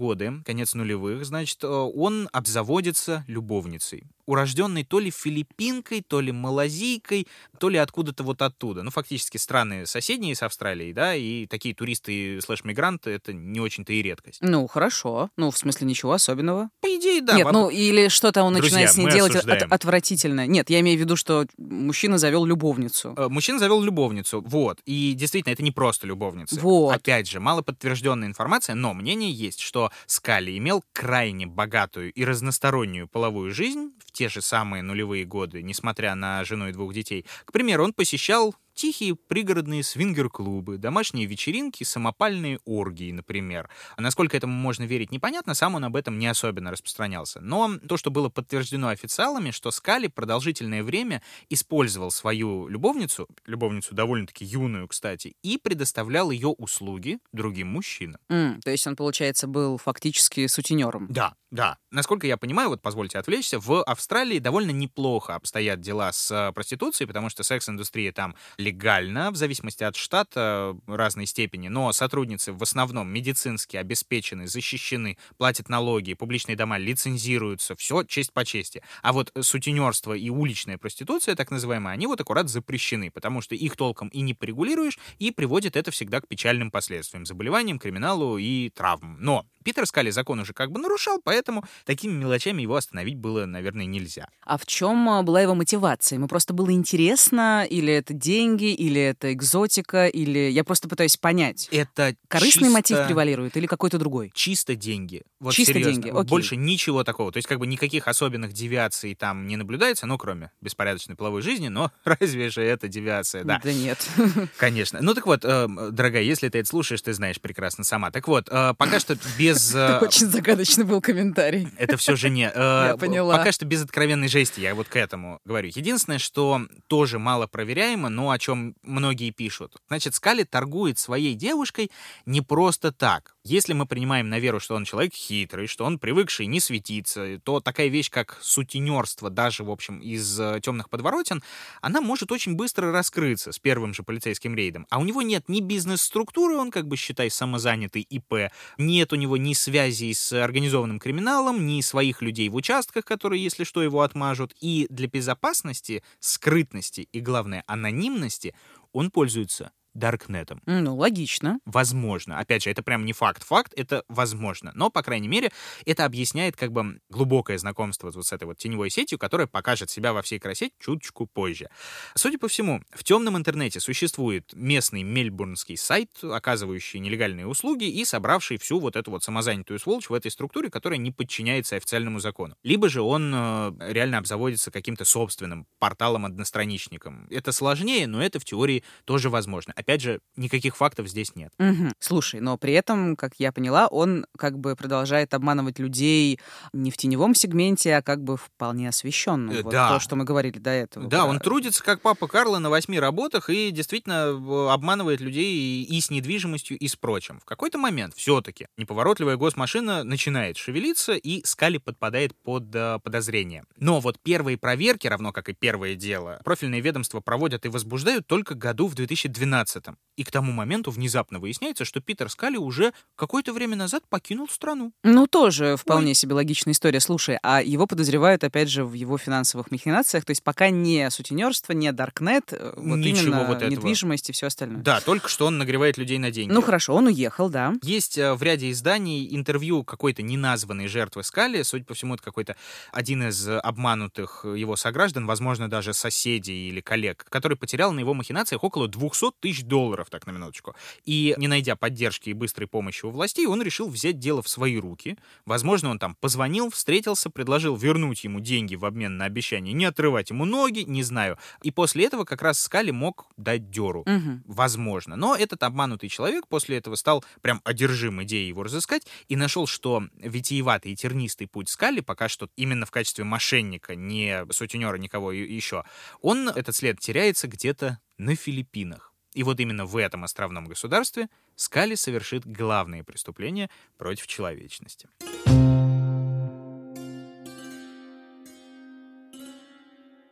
годы, конец нулевых, значит, он обзаводится любовницей, урожденной то ли филиппинкой, то ли малазийкой, то ли откуда-то вот оттуда. Ну, фактически страны соседние с Австралией, да, и такие туристы слэш-мигранты — это не очень-то и редкость. Ну, хорошо. Ну, в смысле, ничего особенного. По идее, да. Нет, воп- ну, или что-то он Друзья, начинает с ней мы делать от- осуждаем. отвратительное. Нет, я имею в виду, что мужчина завел любовницу. Э, Мужчина завел любовницу, вот. И действительно, это не просто любовница. Вот. Опять же, мало подтвержденная информация, но мнение есть, что Скали имел крайне богатую и разностороннюю половую жизнь в те же самые нулевые годы, несмотря на жену и двух детей. К примеру, он посещал тихие пригородные свингер-клубы, домашние вечеринки, самопальные оргии, например. А насколько этому можно верить, непонятно, сам он об этом не особенно распространялся. Но то, что было подтверждено официалами, что Скали продолжительное время использовал свою любовницу, любовницу довольно-таки юную, кстати, и предоставлял ее услуги другим мужчинам. М, то есть он, получается, был фактически сутенером. Да, да. Насколько я понимаю, вот позвольте отвлечься, в Австралии довольно неплохо обстоят дела с э, проституцией, потому что секс-индустрия там легальна, в зависимости от штата разной степени, но сотрудницы в основном медицински обеспечены, защищены, платят налоги, публичные дома лицензируются, все честь по чести. А вот сутенерство и уличная проституция, так называемая, они вот аккурат запрещены, потому что их толком и не порегулируешь, и приводит это всегда к печальным последствиям, заболеваниям, криминалу и травмам. Но Питер Скали закон уже как бы нарушал, поэтому такими мелочами его остановить было, наверное, нельзя. А в чем а, была его мотивация? Ему просто было интересно, или это деньги, или это экзотика, или я просто пытаюсь понять. Это Корыстный чисто... мотив превалирует или какой-то другой? Чисто деньги. Вот Чисто серьезно. деньги, Вот окей. больше ничего такого. То есть как бы никаких особенных девиаций там не наблюдается, ну, кроме беспорядочной половой жизни, но разве же это девиация, да. Да нет. Конечно. Ну так вот, э, дорогая, если ты это слушаешь, ты знаешь прекрасно сама. Так вот, э, пока что без... э, Очень загадочный был комментарий. Это все же не... э, Я поняла. Пока что без откровенной жести, я вот к этому говорю. Единственное, что тоже мало проверяемо, но о чем многие пишут. Значит, Скали торгует своей девушкой не просто так. Если мы принимаем на веру, что он человек хитрый, что он привыкший не светиться, то такая вещь, как сутенерство, даже, в общем, из э, темных подворотен, она может очень быстро раскрыться с первым же полицейским рейдом. А у него нет ни бизнес-структуры, он, как бы, считай, самозанятый ИП, нет у него ни связей с организованным криминалом, ни своих людей в участках, которые, если что, его отмажут. И для безопасности, скрытности и, главное, анонимности он пользуется даркнетом. Ну, логично. Возможно. Опять же, это прям не факт. Факт — это возможно. Но, по крайней мере, это объясняет как бы глубокое знакомство вот с этой вот теневой сетью, которая покажет себя во всей красе чуточку позже. Судя по всему, в темном интернете существует местный мельбурнский сайт, оказывающий нелегальные услуги и собравший всю вот эту вот самозанятую сволочь в этой структуре, которая не подчиняется официальному закону. Либо же он э, реально обзаводится каким-то собственным порталом-одностраничником. Это сложнее, но это в теории тоже возможно. Опять же, никаких фактов здесь нет. Мгм. Слушай, но при этом, как я поняла, он как бы продолжает обманывать людей не в теневом сегменте, а как бы вполне освещенном. Э, Вот да. то, что мы говорили до этого. Да, про- он трудится как папа Карло на восьми работах и действительно э, обманывает людей и, и с недвижимостью, и с прочим. В какой-то момент все-таки неповоротливая госмашина начинает шевелиться, и Скали подпадает под э, подозрение. Но вот первые проверки, равно как и первое дело, профильные ведомства проводят и возбуждают только году в две тысячи двенадцатом. И к тому моменту внезапно выясняется, что Питер Скали уже какое-то время назад покинул страну. Ну, тоже вполне себе логичная история. Слушай, а его подозревают, опять же, в его финансовых махинациях. То есть пока не сутенерство, не даркнет, э, вот Ничего именно вот этого. недвижимость и все остальное. Да, только что он нагревает людей на деньги. Ну, хорошо, он уехал, да. Есть э, в ряде изданий интервью какой-то неназванной жертвы Скали. Судя по всему, это какой-то один из э, обманутых его сограждан, возможно, даже соседей или коллег, который потерял на его махинациях около двести тысяч долларов, так на минуточку. И, не найдя поддержки и быстрой помощи у властей, он решил взять дело в свои руки. Возможно, он там позвонил, встретился, предложил вернуть ему деньги в обмен на обещание не отрывать ему ноги, не знаю. И после этого как раз Скали мог дать дёру. Мгм. Возможно. Но этот обманутый человек после этого стал прям одержим идеей его разыскать и нашел, что витиеватый и тернистый путь Скали, пока что именно в качестве мошенника, не сутенера, никого и- еще, он, этот след, теряется где-то на Филиппинах. И вот именно в этом островном государстве Скали совершит главные преступления против человечности.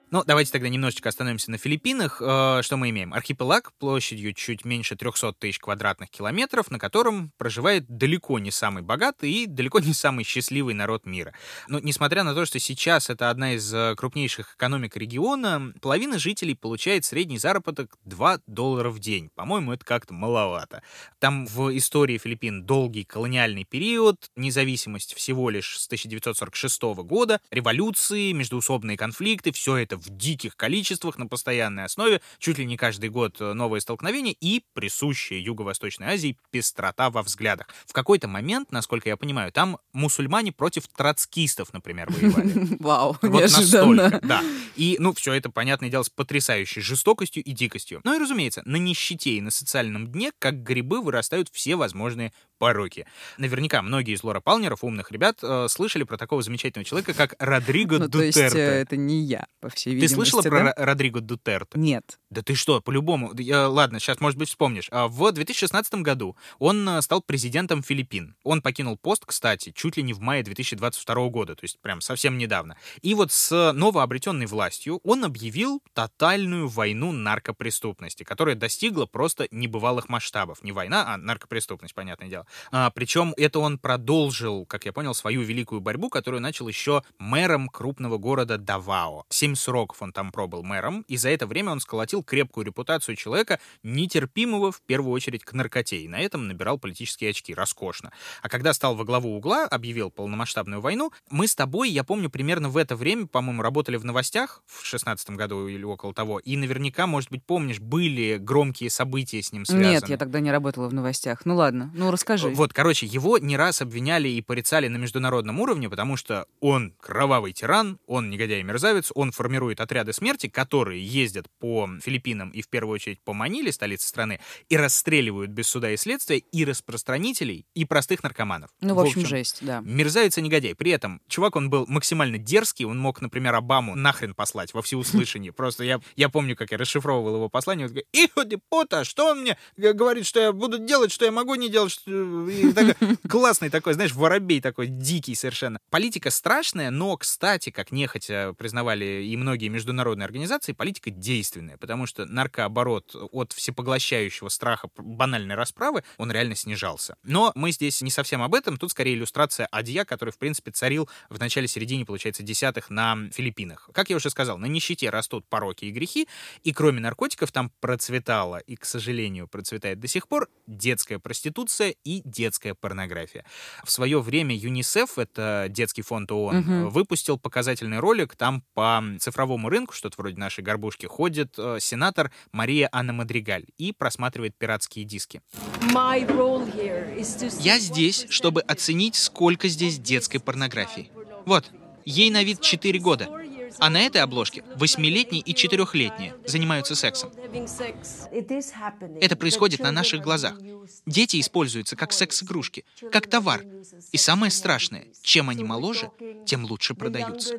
Ну, давайте тогда немножечко остановимся на Филиппинах. Э, что мы имеем? Архипелаг площадью чуть меньше триста тысяч квадратных километров, на котором проживает далеко не самый богатый и далеко не самый счастливый народ мира. Но несмотря на то, что сейчас это одна из крупнейших экономик региона, половина жителей получает средний заработок два доллара в день. По-моему, это как-то маловато. Там в истории Филиппин долгий колониальный период, независимость всего лишь с тысяча девятьсот сорок шестого года, революции, междоусобные конфликты, все это в диких количествах на постоянной основе, чуть ли не каждый год новые столкновения и присущая Юго-Восточной Азии пестрота во взглядах. В какой-то момент, насколько я понимаю, там мусульмане против троцкистов, например, воевали. Вау, вот неожиданно. Настолько, да. И, ну, все это, понятное дело, с потрясающей жестокостью и дикостью. Ну и, разумеется, на нищете и на социальном дне, как грибы, вырастают все возможные пороки. Наверняка многие из Лора Палмеров, умных ребят, э, слышали про такого замечательного человека, как Родриго Ну, то есть Дутерте. э, это не я, по всей Ты видимости, слышала да? про Ро- Родриго Дутерте? Нет. Да ты что, по-любому. Я- ладно, сейчас, может быть, вспомнишь. А В две тысячи шестнадцатом году он э, стал президентом Филиппин. Он покинул пост, кстати, чуть ли не в мае две тысячи двадцать второго года, то есть прям совсем недавно. И вот с новообретенной властью он объявил тотальную войну наркопреступности, которая достигла просто небывалых масштабов. Не война, а наркопреступность, понятное дело. А, причем это он продолжил, как я понял, свою великую борьбу, которую начал еще мэром крупного города Давао. Семь сроков он там пробыл мэром, и за это время он сколотил крепкую репутацию человека, нетерпимого в первую очередь к наркоте, и на этом набирал политические очки. Роскошно. А когда стал во главу угла, объявил полномасштабную войну, мы с тобой, я помню, примерно в это время, по-моему, работали в новостях в шестнадцатом году или около того, и наверняка, может быть, помнишь, были громкие события с ним связаны. Нет, я тогда не работала в новостях. Ну ладно, ну расскажи. Вот, короче, его не раз обвиняли и порицали на международном уровне, потому что он кровавый тиран, он негодяй и мерзавец, он формирует отряды смерти, которые ездят по Филиппинам и в первую очередь по Маниле, столице страны, и расстреливают без суда и следствия и распространителей, и простых наркоманов. Ну, в общем, жесть, да. Мерзавец и негодяй. При этом чувак, он был максимально дерзкий, он мог, например, Обаму нахрен послать во всеуслышание. Просто я, я помню, как я расшифровывал его послание. Он говорит: «Ихо де пота, что он мне говорит, что я буду делать, что я могу не делать?» Что... И такой, классный такой, знаешь, воробей такой, дикий совершенно. Политика страшная, но, кстати, как нехотя признавали и многие международные организации, политика действенная, потому что наркооборот от всепоглощающего страха банальной расправы, он реально снижался. Но мы здесь не совсем об этом, тут скорее иллюстрация адья, который, в принципе, царил в начале-середине, получается, десятых на Филиппинах. Как я уже сказал, на нищете растут пороки и грехи, и кроме наркотиков там процветала, и, к сожалению, процветает до сих пор, детская проституция и детская порнография. В свое время ЮНИСЕФ, это детский фонд ООН, Мгм. выпустил показательный ролик, там по цифровому рынку, что-то вроде нашей горбушки, ходит э, сенатор Мария Анна Мадригаль и просматривает пиратские диски. Я здесь, чтобы оценить, сколько здесь детской порнографии. Вот, ей на вид четыре года. А на этой обложке восьмилетние и четырехлетние занимаются сексом. Это происходит на наших глазах. Дети используются как секс-игрушки, как товар. И самое страшное, чем они моложе, тем лучше продаются.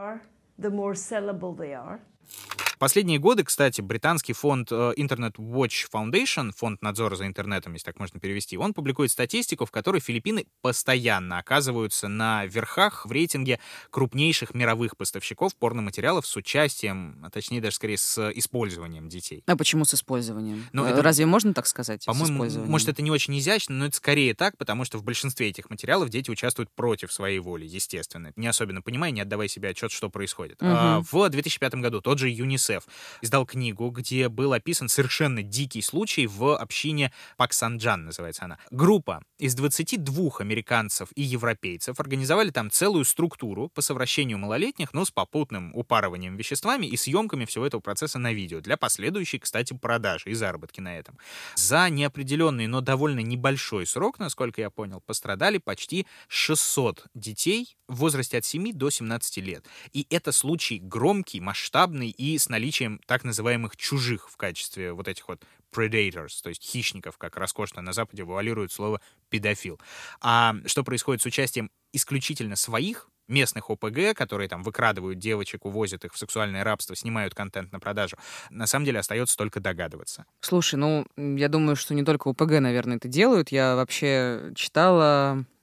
В последние годы, кстати, британский фонд э, Internet Watch Foundation, фонд надзора за интернетом, если так можно перевести, он публикует статистику, в которой Филиппины постоянно оказываются на верхах в рейтинге крупнейших мировых поставщиков порноматериалов с участием, а точнее даже скорее с использованием детей. А почему с использованием? Ну, Э, это- Разве можно так сказать? с По-моему, использованием? может, это не очень изящно, но это скорее так, потому что в большинстве этих материалов дети участвуют против своей воли, естественно, не особенно понимая, не отдавая себе отчет, что происходит. Мгм. А, в две тысячи пятом году тот же ЮНИСЕФ издал книгу, где был описан совершенно дикий случай в общине Паксанджан, называется она. Группа из двадцати двух американцев и европейцев организовали там целую структуру по совращению малолетних, но с попутным упарыванием веществами и съемками всего этого процесса на видео для последующей, кстати, продажи и заработки на этом. За неопределенный, но довольно небольшой срок, насколько я понял, пострадали почти шестьсот детей в возрасте от семи до семнадцати лет. И это случай громкий, масштабный и с наличием так называемых чужих в качестве вот этих вот predators, то есть хищников, как роскошно на Западе вуалируют слово педофил. А что происходит с участием исключительно своих местных ОПГ, которые там выкрадывают девочек, увозят их в сексуальное рабство, снимают контент на продажу, на самом деле остается только догадываться. Слушай, ну, м, я думаю, что не только ОПГ, наверное, это делают. Я вообще читала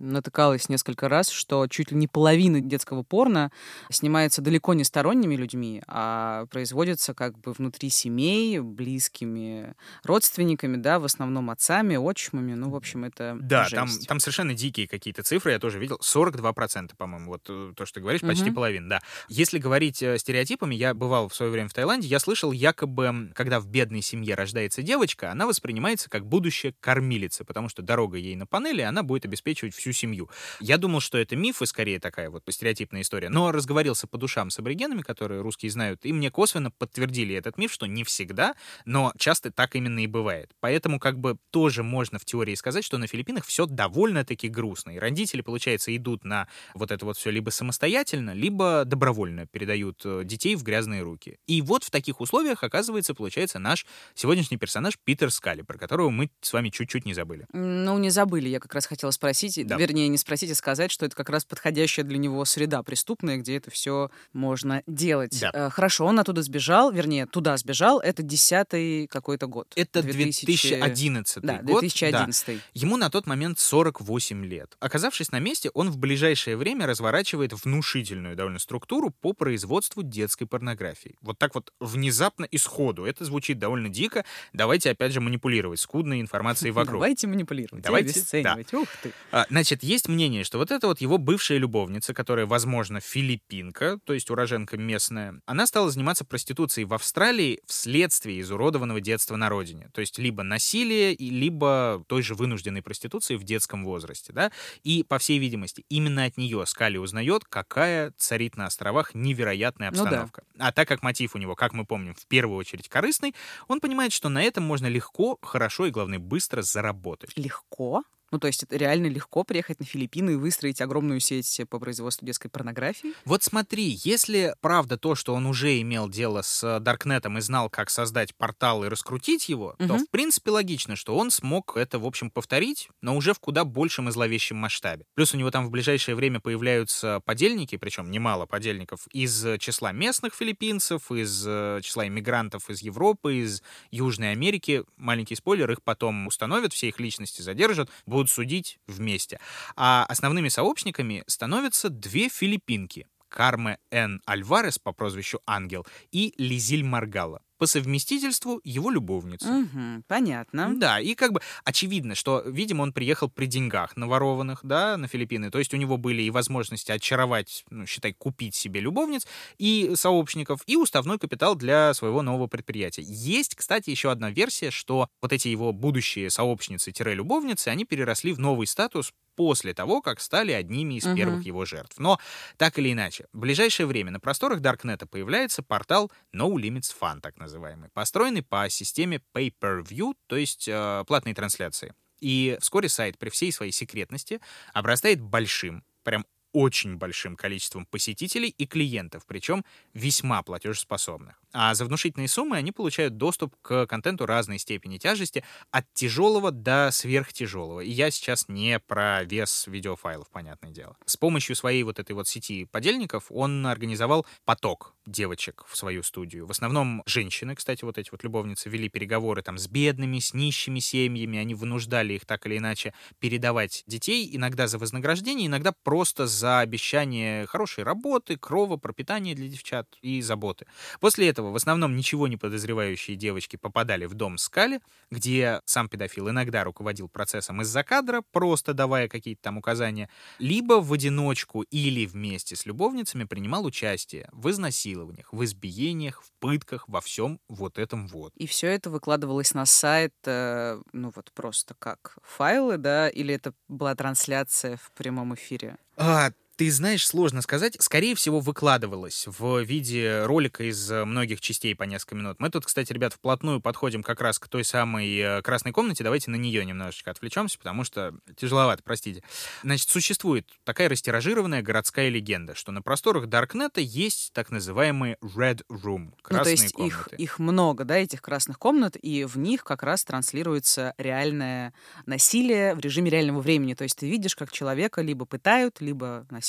натыкалась несколько раз, что чуть ли не половина детского порно снимается далеко не сторонними людьми, а производится как бы внутри семей, близкими родственниками, да, в основном отцами, отчимами. Ну, в общем, это Да, жесть. там, там совершенно дикие какие-то цифры, я тоже видел. сорок два процента, по-моему, вот то, что ты говоришь, почти Мгм. половина, да. Если говорить э, стереотипами, я бывал в свое время в Таиланде, я слышал, якобы, когда в бедной семье рождается девочка, она воспринимается как будущая кормилица, потому что дорога ей на панели, она будет обеспечивать всю семью. Я думал, что это миф и скорее такая вот стереотипная история, но разговорился по душам с аборигенами, которые русские знают, и мне косвенно подтвердили этот миф, что не всегда, но часто так именно и бывает. Поэтому как бы тоже можно в теории сказать, что на Филиппинах все довольно-таки грустно. И родители, получается, идут на вот это вот все либо самостоятельно, либо добровольно передают э, детей в грязные руки. И вот в таких условиях, оказывается, получается наш сегодняшний персонаж Питер Скалли, про которого мы с вами чуть-чуть не забыли. Ну, не забыли, я как раз хотела спросить, Да. вернее, не спросить, а сказать, что это как раз подходящая для него среда преступная, где это все можно делать. Да. Э, Хорошо, он оттуда сбежал, вернее, туда сбежал, это десятый какой-то год. Это две две тысячи тысячи одиннадцатый Да, год. две тысячи одиннадцатый. Да. Ему на тот момент сорок восемь лет. Оказавшись на месте, он в ближайшее время разворачивает внушительную довольно структуру по производству детской порнографии. Вот так вот внезапно и сходу. Это звучит довольно дико. Давайте опять же манипулировать скудной информацией вокруг. Давайте манипулировать, Давайте, и обесценивать. Ух ты. А, Значит, есть мнение, что вот эта вот его бывшая любовница, которая, возможно, филиппинка, то есть уроженка местная, она стала заниматься проституцией в Австралии вследствие изуродованного детства на родине. То есть либо насилие, и либо той же вынужденной проституции в детском возрасте, да? И, по всей видимости, именно от нее Скалли узнает, какая царит на островах невероятная Ну да. обстановка. А так как мотив у него, как мы помним, в первую очередь корыстный, он понимает, что на этом можно легко, хорошо и, главное, быстро заработать. Легко? Ну, то есть это реально легко приехать на Филиппины и выстроить огромную сеть по производству детской порнографии? Вот смотри, если правда то, что он уже имел дело с Даркнетом и знал, как создать портал и раскрутить его, то, Мгм. в принципе, логично, что он смог это, в общем, повторить, но уже в куда большем и зловещем масштабе. Плюс у него там в ближайшее время появляются подельники, причем немало подельников, из числа местных филиппинцев, из э, числа иммигрантов из Европы, из Южной Америки. Маленький спойлер, их потом установят, все их личности задержат, будут судить вместе. А основными сообщниками становятся две филиппинки. Карме Н. Альварес по прозвищу Ангел и Лизиль Маргала. По совместительству его любовница. Угу, понятно. Да, и как бы очевидно, что, видимо, он приехал при деньгах наворованных, да, на Филиппины. То есть у него были и возможности очаровать, ну, считай, купить себе любовниц и сообщников, и уставной капитал для своего нового предприятия. Есть, кстати, еще одна версия, что вот эти его будущие сообщницы-любовницы, они переросли в новый статус после того, как стали одними из Мгм. первых его жертв. Но, так или иначе, в ближайшее время на просторах Даркнета появляется портал No Limits Fun, так называемый, построенный по системе Pay-Per-View, то есть э, платной трансляции. И вскоре сайт при всей своей секретности обрастает большим, прям очень большим количеством посетителей и клиентов, причем весьма платежеспособных. А за внушительные суммы они получают доступ к контенту разной степени тяжести, от тяжелого до сверхтяжелого. И я сейчас не про вес видеофайлов, понятное дело. С помощью своей вот этой вот сети подельников он организовал поток девочек в свою студию. В основном женщины, кстати, вот эти вот любовницы, вели переговоры там с бедными, с нищими семьями, они вынуждали их так или иначе передавать детей, иногда за вознаграждение, иногда просто за обещание хорошей работы, крова, пропитания для девчат и заботы. После этого в основном ничего не подозревающие девочки попадали в дом Скалли, где сам педофил иногда руководил процессом из-за кадра, просто давая какие-то там указания, либо в одиночку или вместе с любовницами принимал участие в изнасилованиях, в избиениях, в пытках, во всем вот этом вот. И все это выкладывалось на сайт, э, ну вот просто как файлы, да, или это была трансляция в прямом эфире? А, ты знаешь, сложно сказать. Скорее всего, выкладывалось в виде ролика из э, многих частей по несколько минут. Мы тут, кстати, ребят, вплотную подходим как раз к той самой э, красной комнате. Давайте на нее немножечко отвлечемся, потому что тяжеловато, простите. Значит, существует такая растиражированная городская легенда, что на просторах Даркнета есть так называемые Red Room, красные Ну, то есть их, комнаты. их много, да, этих красных комнат, и в них как раз транслируется реальное насилие в режиме реального времени. То есть ты видишь, как человека либо пытают, либо насилуют,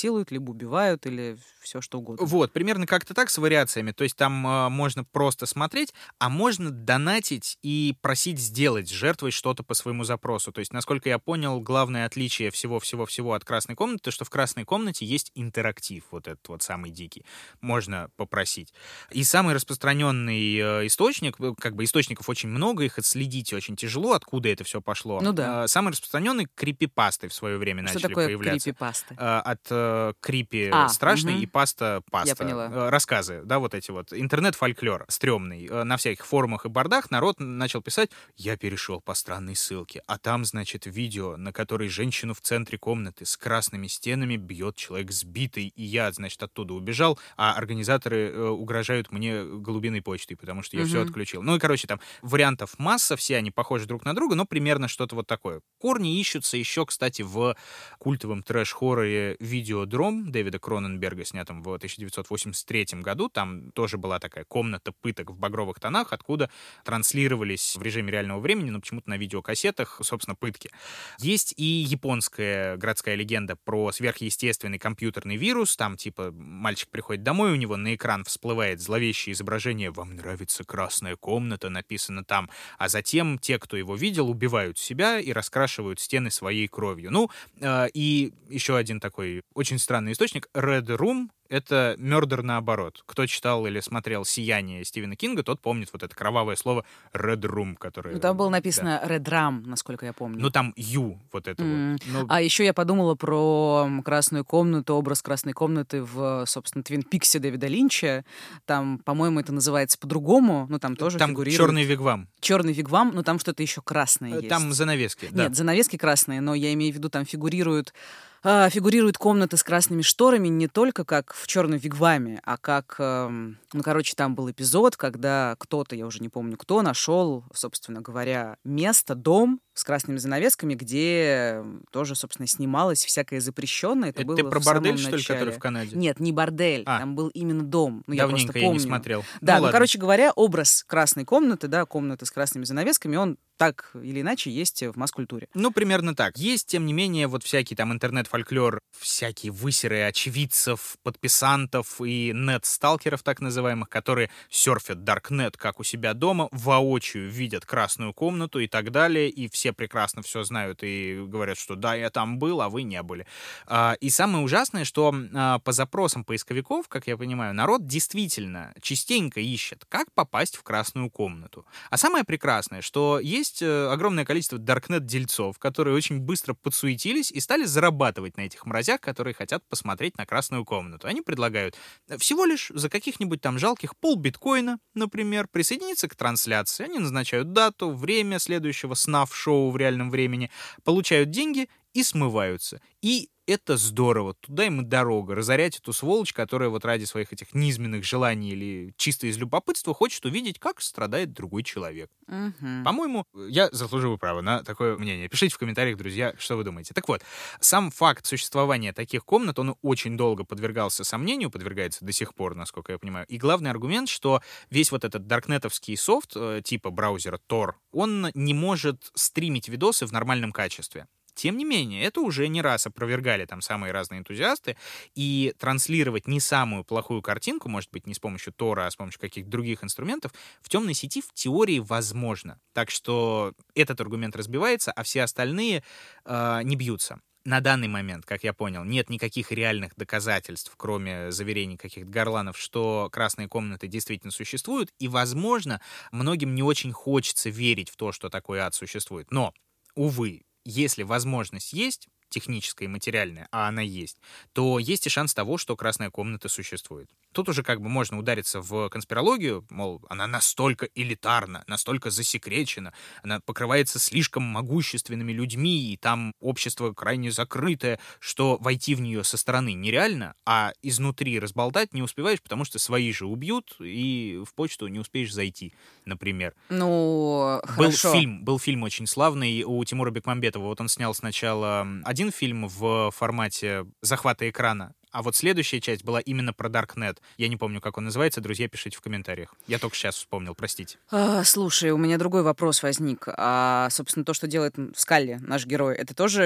насилуют, либо убивают, или все что угодно. Вот, примерно как-то так с вариациями. То есть там э, можно просто смотреть, а можно донатить и просить сделать, жертвой что-то по своему запросу. То есть, насколько я понял, главное отличие всего-всего-всего от красной комнаты, то, что в красной комнате есть интерактив, вот этот вот самый дикий. Можно попросить. И самый распространенный э, источник, как бы источников очень много, их отследить очень тяжело, откуда это все пошло. Ну да. Э, самый распространенный — крипипасты в свое время Что начали такое появляться. крипипасты? Э, от э, крипи А, страшный угу. и паста паста. Я поняла. Э, рассказы, да, вот эти вот. Интернет-фольклор стрёмный. Э, на всяких форумах и бордах народ начал писать: я перешел по странной ссылке, а там, значит, видео, на которой женщину в центре комнаты с красными стенами бьет человек сбитый, и я, значит, оттуда убежал, а организаторы э, угрожают мне голубиной почтой, потому что я Мгм. все отключил. Ну и, короче, там вариантов масса, все они похожи друг на друга, но примерно что-то вот такое. Корни ищутся еще, кстати, в культовом трэш-хорроре «Видеодром» Дэвида Кроненберга, снятом в тысяча девятьсот восемьдесят третьем году. Там тоже была такая комната пыток в багровых тонах, откуда транслировались в режиме реального времени, но почему-то на видеокассетах, собственно, пытки. Есть и японская городская легенда про сверхъестественный компьютерный вирус. Там, типа, мальчик приходит домой, у него на экран всплывает зловещее изображение «Вам нравится красная комната», написано там, а затем те, кто его видел, убивают себя и раскрашивают стены своей кровью. Ну, э, и еще один такой очень странный источник — Red Room. Это «Мёрдер наоборот». Кто читал или смотрел «Сияние» Стивена Кинга, тот помнит вот это кровавое слово «Red Room», которое... Ну, там было да. написано Red Ram, насколько я помню. Ну, там «Ю», вот это М. вот. Ну, А еще я подумала про м, красную комнату, образ красной комнаты в, собственно, Твин Пиксе Дэвида Линча. Там, по-моему, это называется по-другому, но там тоже там фигурирует... «Черный вигвам». Черный вигвам, но там что-то еще красное Э, есть. Там занавески, да. Нет, занавески красные, но я имею в виду, там фигурируют а, фигурируют комнаты с красными шторами не только как в черном вигваме, а как, эм, ну, короче, там был эпизод, когда кто-то, я уже не помню кто, нашел, собственно говоря, место, дом с красными занавесками, где тоже, собственно, снималось всякое запрещенное. Это, Это было ты про в самом бордель, что ли, начале. который в Канаде? Нет, не бордель, А. там был именно дом. Ну, я Давненько просто я помню. не смотрел. Да, ну, ладно. короче говоря, образ красной комнаты, да, комнаты с красными занавесками, он так или иначе есть в масс-культуре. Ну, примерно так. Есть, тем не менее, вот всякий там интернет-фольклор, всякие высеры очевидцев, подписантов и нет-сталкеров, так называемых, которые серфят Даркнет как у себя дома, воочию видят красную комнату и так далее, и все прекрасно все знают и говорят, что да, я там был, а вы не были. А, и самое ужасное, что а, по запросам поисковиков, как я понимаю, народ действительно частенько ищет, как попасть в красную комнату. А самое прекрасное, что есть Есть огромное количество даркнет-дельцов, которые очень быстро подсуетились и стали зарабатывать на этих мразях, которые хотят посмотреть на красную комнату. Они предлагают всего лишь за каких-нибудь там жалких полбиткоина, например, присоединиться к трансляции. Они назначают дату, время следующего снаф-шоу в реальном времени, получают деньги и смываются. И это здорово. Туда им и дорога. Разорять эту сволочь, которая вот ради своих этих низменных желаний или чисто из любопытства хочет увидеть, как страдает другой человек. Мгм. По-моему, я заслуживаю права на такое мнение. Пишите в комментариях, друзья, что вы думаете. Так вот, сам факт существования таких комнат, он очень долго подвергался сомнению, подвергается до сих пор, насколько я понимаю. И главный аргумент, что весь вот этот даркнетовский софт, э, типа браузера Tor, он не может стримить видосы в нормальном качестве. Тем не менее, это уже не раз опровергали там самые разные энтузиасты, и транслировать не самую плохую картинку, может быть, не с помощью Тора, а с помощью каких-то других инструментов, в темной сети в теории возможно. Так что этот аргумент разбивается, а все остальные э, не бьются. На данный момент, как я понял, нет никаких реальных доказательств, кроме заверений каких-то горланов, что красные комнаты действительно существуют, и, возможно, многим не очень хочется верить в то, что такой ад существует. Но, увы, если возможность есть, техническая и материальная, а она есть, то есть и шанс того, что красная комната существует. Тут уже как бы можно удариться в конспирологию, мол, она настолько элитарна, настолько засекречена, она покрывается слишком могущественными людьми, и там общество крайне закрытое, что войти в нее со стороны нереально, а изнутри разболтать не успеваешь, потому что свои же убьют, и в почту не успеешь зайти, например. Ну, Был хорошо. фильм, был фильм очень славный у Тимура Бекмамбетова. Вот он снял сначала один фильм в формате захвата экрана, а вот следующая часть была именно про Даркнет. Я не помню, как он называется. Друзья, пишите в комментариях. Я только сейчас вспомнил, простите. А, слушай, у меня другой вопрос возник. А, собственно, то, что делает Скалли, наш герой, это тоже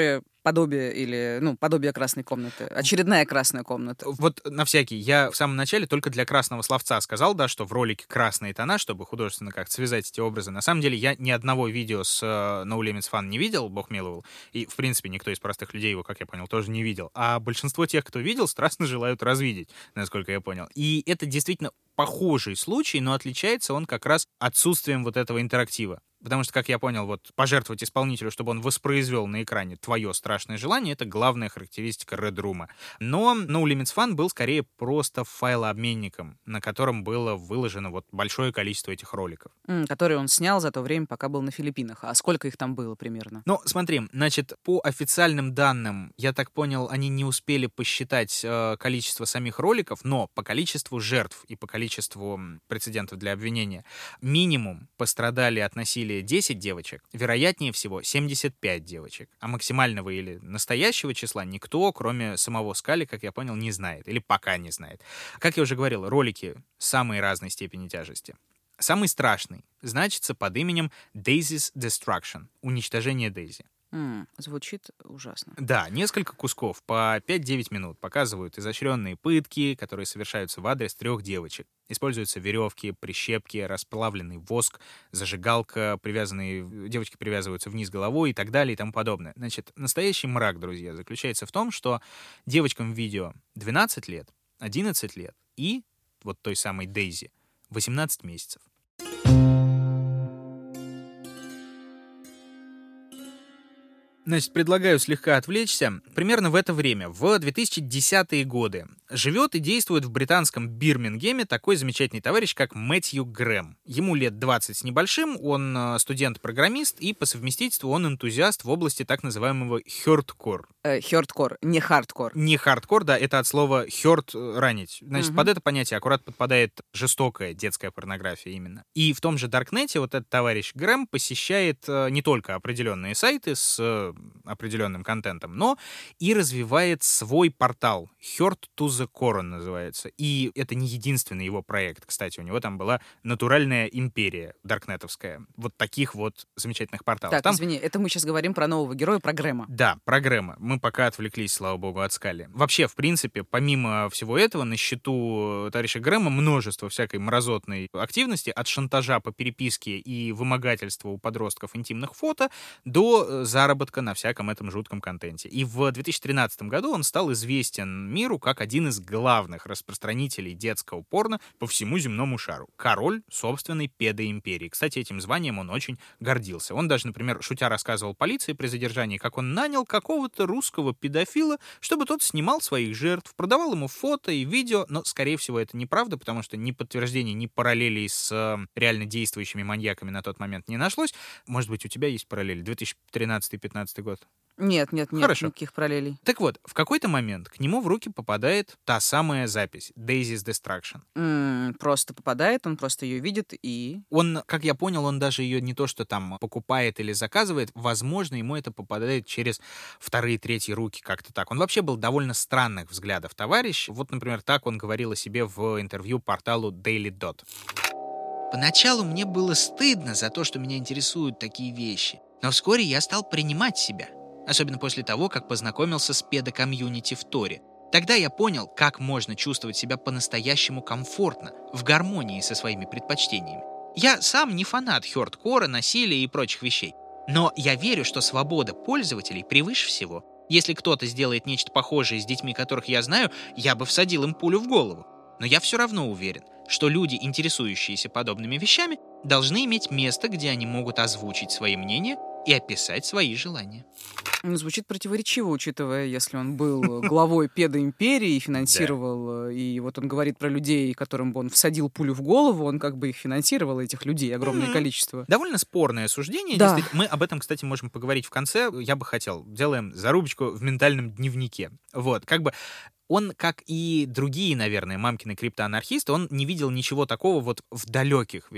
подобие или, ну, подобие красной комнаты. Очередная красная комната. Вот на всякий, я в самом начале только для красного словца сказал, да, что в ролике красные тона, чтобы художественно как-то связать эти образы. На самом деле я ни одного видео с uh, No Limits Fun не видел, бог миловал, и, в принципе, никто из простых людей его, как я понял, тоже не видел. А большинство тех, кто видел, страстно желают развидеть, насколько я понял. И это действительно похожий случай, но отличается он как раз отсутствием вот этого интерактива. Потому что, как я понял, вот пожертвовать исполнителю, чтобы он воспроизвел на экране твое страшное желание, это главная характеристика Red Room. Но No Limits Fun был скорее просто файлообменником, на котором было выложено вот большое количество этих роликов. Mm, которые он снял за то время, пока был на Филиппинах. А сколько их там было примерно? Ну, смотри, значит, по официальным данным, я так понял, они не успели посчитать э, количество самих роликов, но по количеству жертв и по количеству прецедентов для обвинения минимум пострадали от насилия десять девочек, вероятнее всего семьдесят пять девочек. А максимального или настоящего числа никто, кроме самого Скали, как я понял, не знает. Или пока не знает. Как я уже говорил, ролики самой разной степени тяжести. Самый страшный значится под именем Daisy's Destruction. Уничтожение Дейзи. Mm, звучит ужасно. Да, несколько кусков по пять-девять минут показывают изощренные пытки, которые совершаются в адрес трех девочек. Используются веревки, прищепки, расплавленный воск, зажигалка, привязанные, девочки привязываются вниз головой и так далее и тому подобное. Значит, настоящий мрак, друзья, заключается в том, что девочкам в видео двенадцать лет, одиннадцать лет и вот той самой Дейзи восемнадцать месяцев. Значит, предлагаю слегка отвлечься. Примерно в это время, в две тысячи десятые годы, живет и действует в британском Бирмингеме такой замечательный товарищ, как Мэтью Грэм. Ему лет двадцать с небольшим, он студент-программист, и по совместительству он энтузиаст в области так называемого хёрдкор. Э, хёрдкор, не хардкор. Не хардкор, да, это от слова хёрд — ранить. Значит, Мгм. под это понятие аккурат подпадает жестокая детская порнография именно. И в том же Даркнете вот этот товарищ Грэм посещает э, не только определенные сайты с э, определенным контентом, но и развивает свой портал. Heart to the Core он называется. И это не единственный его проект. Кстати, у него там была натуральная империя даркнетовская. Вот таких вот замечательных порталов. Так, там... извини, это мы сейчас говорим про нового героя, про Грэма. Да, про Грэма. Мы пока отвлеклись, слава богу, от Скали. Вообще, в принципе, помимо всего этого, на счету товарища Грэма множество всякой мразотной активности, от шантажа по переписке и вымогательства у подростков интимных фото до заработка на всяком этом жутком контенте. И в две тысячи тринадцатом году он стал известен миру как один из главных распространителей детского порно по всему земному шару. Король собственной педоимперии. Кстати, этим званием он очень гордился. Он даже, например, шутя рассказывал полиции при задержании, как он нанял какого-то русского педофила, чтобы тот снимал своих жертв, продавал ему фото и видео, но, скорее всего, это неправда, потому что ни подтверждений, ни параллелей с э, реально действующими маньяками на тот момент не нашлось. Может быть, у тебя есть параллели? две тысячи тринадцатый-пятнадцатый год. Нет, нет, нет, Хорошо. никаких параллелей. Так вот, в какой-то момент к нему в руки попадает та самая запись Daisy's Destruction. М, просто попадает, он просто ее видит и... Он, как я понял, он даже ее не то что там покупает или заказывает, возможно, ему это попадает через вторые, третьи руки, как-то так. Он вообще был довольно странных взглядов товарищ. Вот, например, так он говорил о себе в интервью порталу Daily Dot. Поначалу мне было стыдно за то, что меня интересуют такие вещи. Но вскоре я стал принимать себя. Особенно после того, как познакомился с педокомьюнити в Торе. Тогда я понял, как можно чувствовать себя по-настоящему комфортно, в гармонии со своими предпочтениями. Я сам не фанат хёрдкора, насилия и прочих вещей. Но я верю, что свобода пользователей превыше всего. Если кто-то сделает нечто похожее с детьми, которых я знаю, я бы всадил им пулю в голову. Но я все равно уверен, что люди, интересующиеся подобными вещами, должны иметь место, где они могут озвучить свои мнения и описать свои желания. Ну, звучит противоречиво, учитывая, если он был главой педоимперии и финансировал, и вот он говорит про людей, которым бы он всадил пулю в голову, он как бы их финансировал, этих людей, огромное Мгм. количество. Довольно спорное суждение. Да. Действительно. Мы об этом, кстати, можем поговорить в конце. Я бы хотел. Делаем зарубочку в ментальном дневнике. Вот, как бы он, как и другие, наверное, мамкины криптоанархисты, он не видел ничего такого вот в далеких вещах.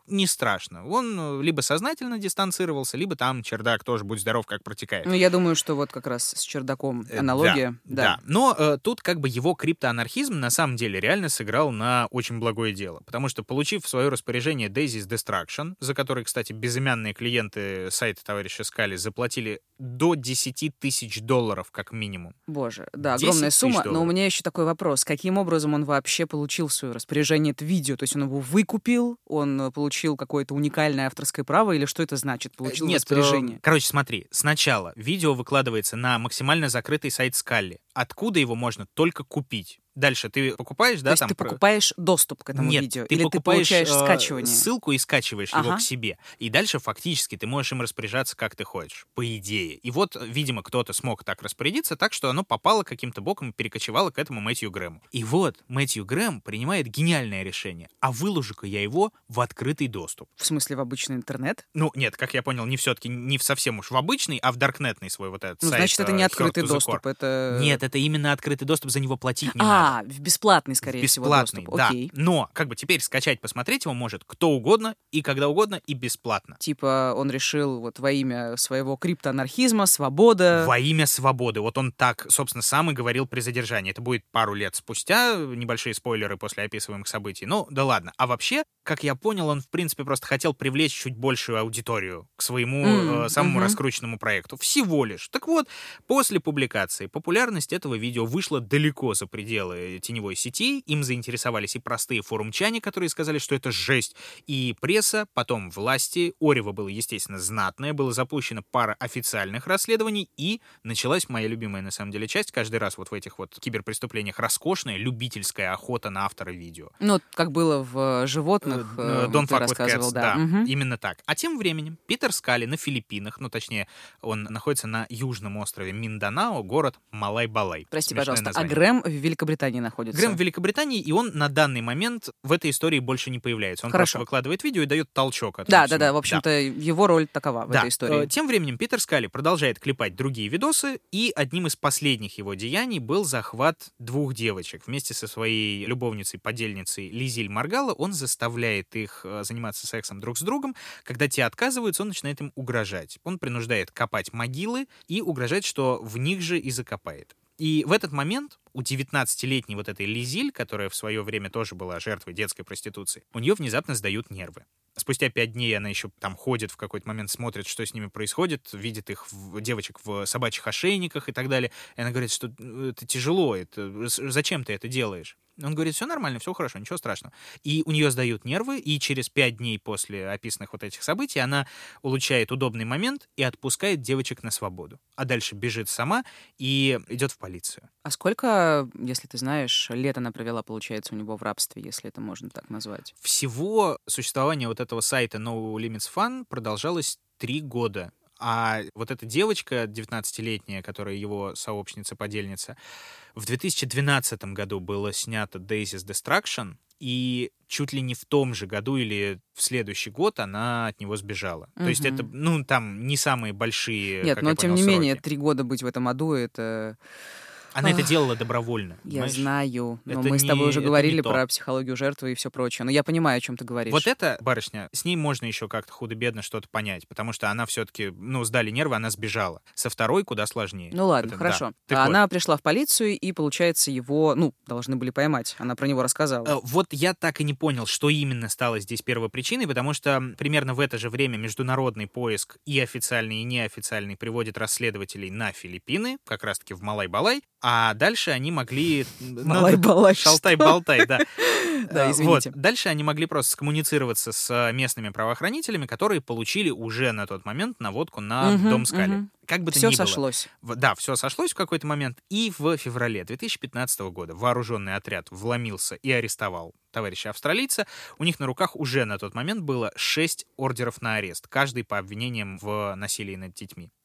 не страшно. Он либо сознательно дистанцировался, либо там чердак тоже, будь здоров, как протекает. Ну, я думаю, что вот как раз с чердаком аналогия. Да, да. да. Но э, тут как бы его криптоанархизм на самом деле реально сыграл на очень благое дело. Потому что, получив в свое распоряжение Daisy's Destruction, за который, кстати, безымянные клиенты сайта товарища Скали заплатили до десять тысяч долларов как минимум. Боже, да, огромная сумма. Но у меня еще такой вопрос. Каким образом он вообще получил в свое распоряжение это видео? То есть он его выкупил, он получил какое-то уникальное авторское право, или что это значит? Получил Нет, распоряжение? Короче, смотри, сначала видео выкладывается на максимально закрытый сайт Скалли, откуда его можно только купить. Дальше ты покупаешь, да, То есть там... ты покупаешь доступ к этому Нет, видео? ты Или ты покупаешь получаешь э, скачивание? ссылку и скачиваешь ага. его к себе. И дальше фактически ты можешь им распоряжаться, как ты хочешь, по идее. И вот, видимо, кто-то смог так распорядиться, так что оно попало каким-то боком и перекочевало к этому Мэтью Грэму. И вот Мэтью Грэм принимает гениальное решение. А выложу-ка я его в открытый доступ. В смысле, в обычный интернет? Ну, нет, как я понял, не все-таки не в совсем уж в обычный, а в даркнетный свой вот этот ну, сайт. Значит, это не открытый Heart to the доступ, Core. это... Нет, это именно открытый доступ, за него платить не надо. А, в бесплатный, скорее бесплатный, всего, доступ. да. Окей. Но как бы теперь скачать, посмотреть его может кто угодно и когда угодно и бесплатно. Типа он решил вот во имя своего криптоанархизма, свобода... Во имя свободы. Вот он так, собственно, сам и говорил при задержании. Это будет пару лет спустя, небольшие спойлеры после описываемых событий. Ну, да ладно. А вообще, как я понял, он, в принципе, просто хотел привлечь чуть большую аудиторию к своему mm, э, самому uh-huh. раскрученному проекту. Всего лишь. Так вот, после публикации популярность этого видео вышла далеко за пределы теневой сети. Им заинтересовались и простые форумчане, которые сказали, что это жесть, и пресса, потом власти. Орево было, естественно, знатное, было запущено пара официальных расследований, и началась моя любимая, на самом деле, часть. Каждый раз вот в этих вот киберпреступлениях роскошная, любительская охота на автора видео. Ну, как было в «Животных», э, Don't ты fuck with рассказывал, cats, да. да, угу. именно так. А тем временем Питер Скали на Филиппинах, ну, точнее, он находится на южном острове Минданао, город Малай-Балай. Прости, Смешное пожалуйста, название. а Грэм в Великобритании находится? Грэм в Великобритании, и он на данный момент в этой истории больше не появляется. Он Хорошо. просто выкладывает видео и дает толчок. Да, да, да, в общем-то, да. его роль такова в да. этой истории. Тем временем Питер Скали продолжает клепать другие видосы, и одним из последних его деяний был захват двух девочек. Вместе со своей любовницей-подельницей Лизиль Маргало он заставляет их заниматься сексом друг с другом. Когда те отказываются, он начинает им угрожать. Он принуждает копать могилы и угрожает, что в них же и закопает. И в этот момент у девятнадцатилетней вот этой Лизиль, которая в свое время тоже была жертвой детской проституции, у нее внезапно сдают нервы. Спустя пять дней она еще там ходит, в какой-то момент смотрит, что с ними происходит, видит их, в, девочек в собачьих ошейниках и так далее. И она говорит, что это тяжело, это, зачем ты это делаешь? Он говорит, все нормально, все хорошо, ничего страшного. И у нее сдают нервы, и через пять дней после описанных вот этих событий она улучшает удобный момент и отпускает девочек на свободу. А дальше бежит сама и идет в полицию. А сколько, если ты знаешь, лет она провела, получается, у него в рабстве, если это можно так назвать? Всего существование вот этого сайта No Limits Fun продолжалось три года. А вот эта девочка девятнадцатилетняя, которая его сообщница-подельница, в две тысячи двенадцатом году было снято Daisy's Destruction, и чуть ли не в том же году или в следующий год она от него сбежала. Mm-hmm. То есть это, ну, там не самые большие, Нет, как но я тем понял, не сроки. менее, три года быть в этом аду, это... Она Ах, это делала добровольно. Я понимаешь? знаю, но Это мы с не- тобой уже это говорили не то. про психологию жертвы и все прочее. Но я понимаю, о чем ты говоришь. Вот эта барышня, с ней можно еще как-то худо-бедно что-то понять, потому что она все-таки, ну, сдали нервы, она сбежала. Со второй куда сложнее. Ну ладно, Это- хорошо. да. Так А вот. она пришла в полицию, и, получается, его, ну, должны были поймать. Она про него рассказала. Э, Вот я так и не понял, что именно стало здесь первопричиной, потому что примерно в это же время международный поиск и официальный, и неофициальный приводит расследователей на Филиппины, как раз-таки в Малай-Балай, а дальше они могли... ну, Малай-Балай, что? Шалтай-болтай, да. Да, Э, извините. Вот. Дальше они могли просто скоммуницироваться с местными правоохранителями, которые получили уже на тот момент наводку на Мгм, дом Скали. мгм. Как бы то Все ни было. сошлось. В- Да, все сошлось в какой-то момент. И в феврале две тысячи пятнадцатого года вооруженный отряд вломился и арестовал товарища австралийца. У них на руках уже на тот момент было шесть ордеров на арест, каждый по обвинениям в насилии над детьми.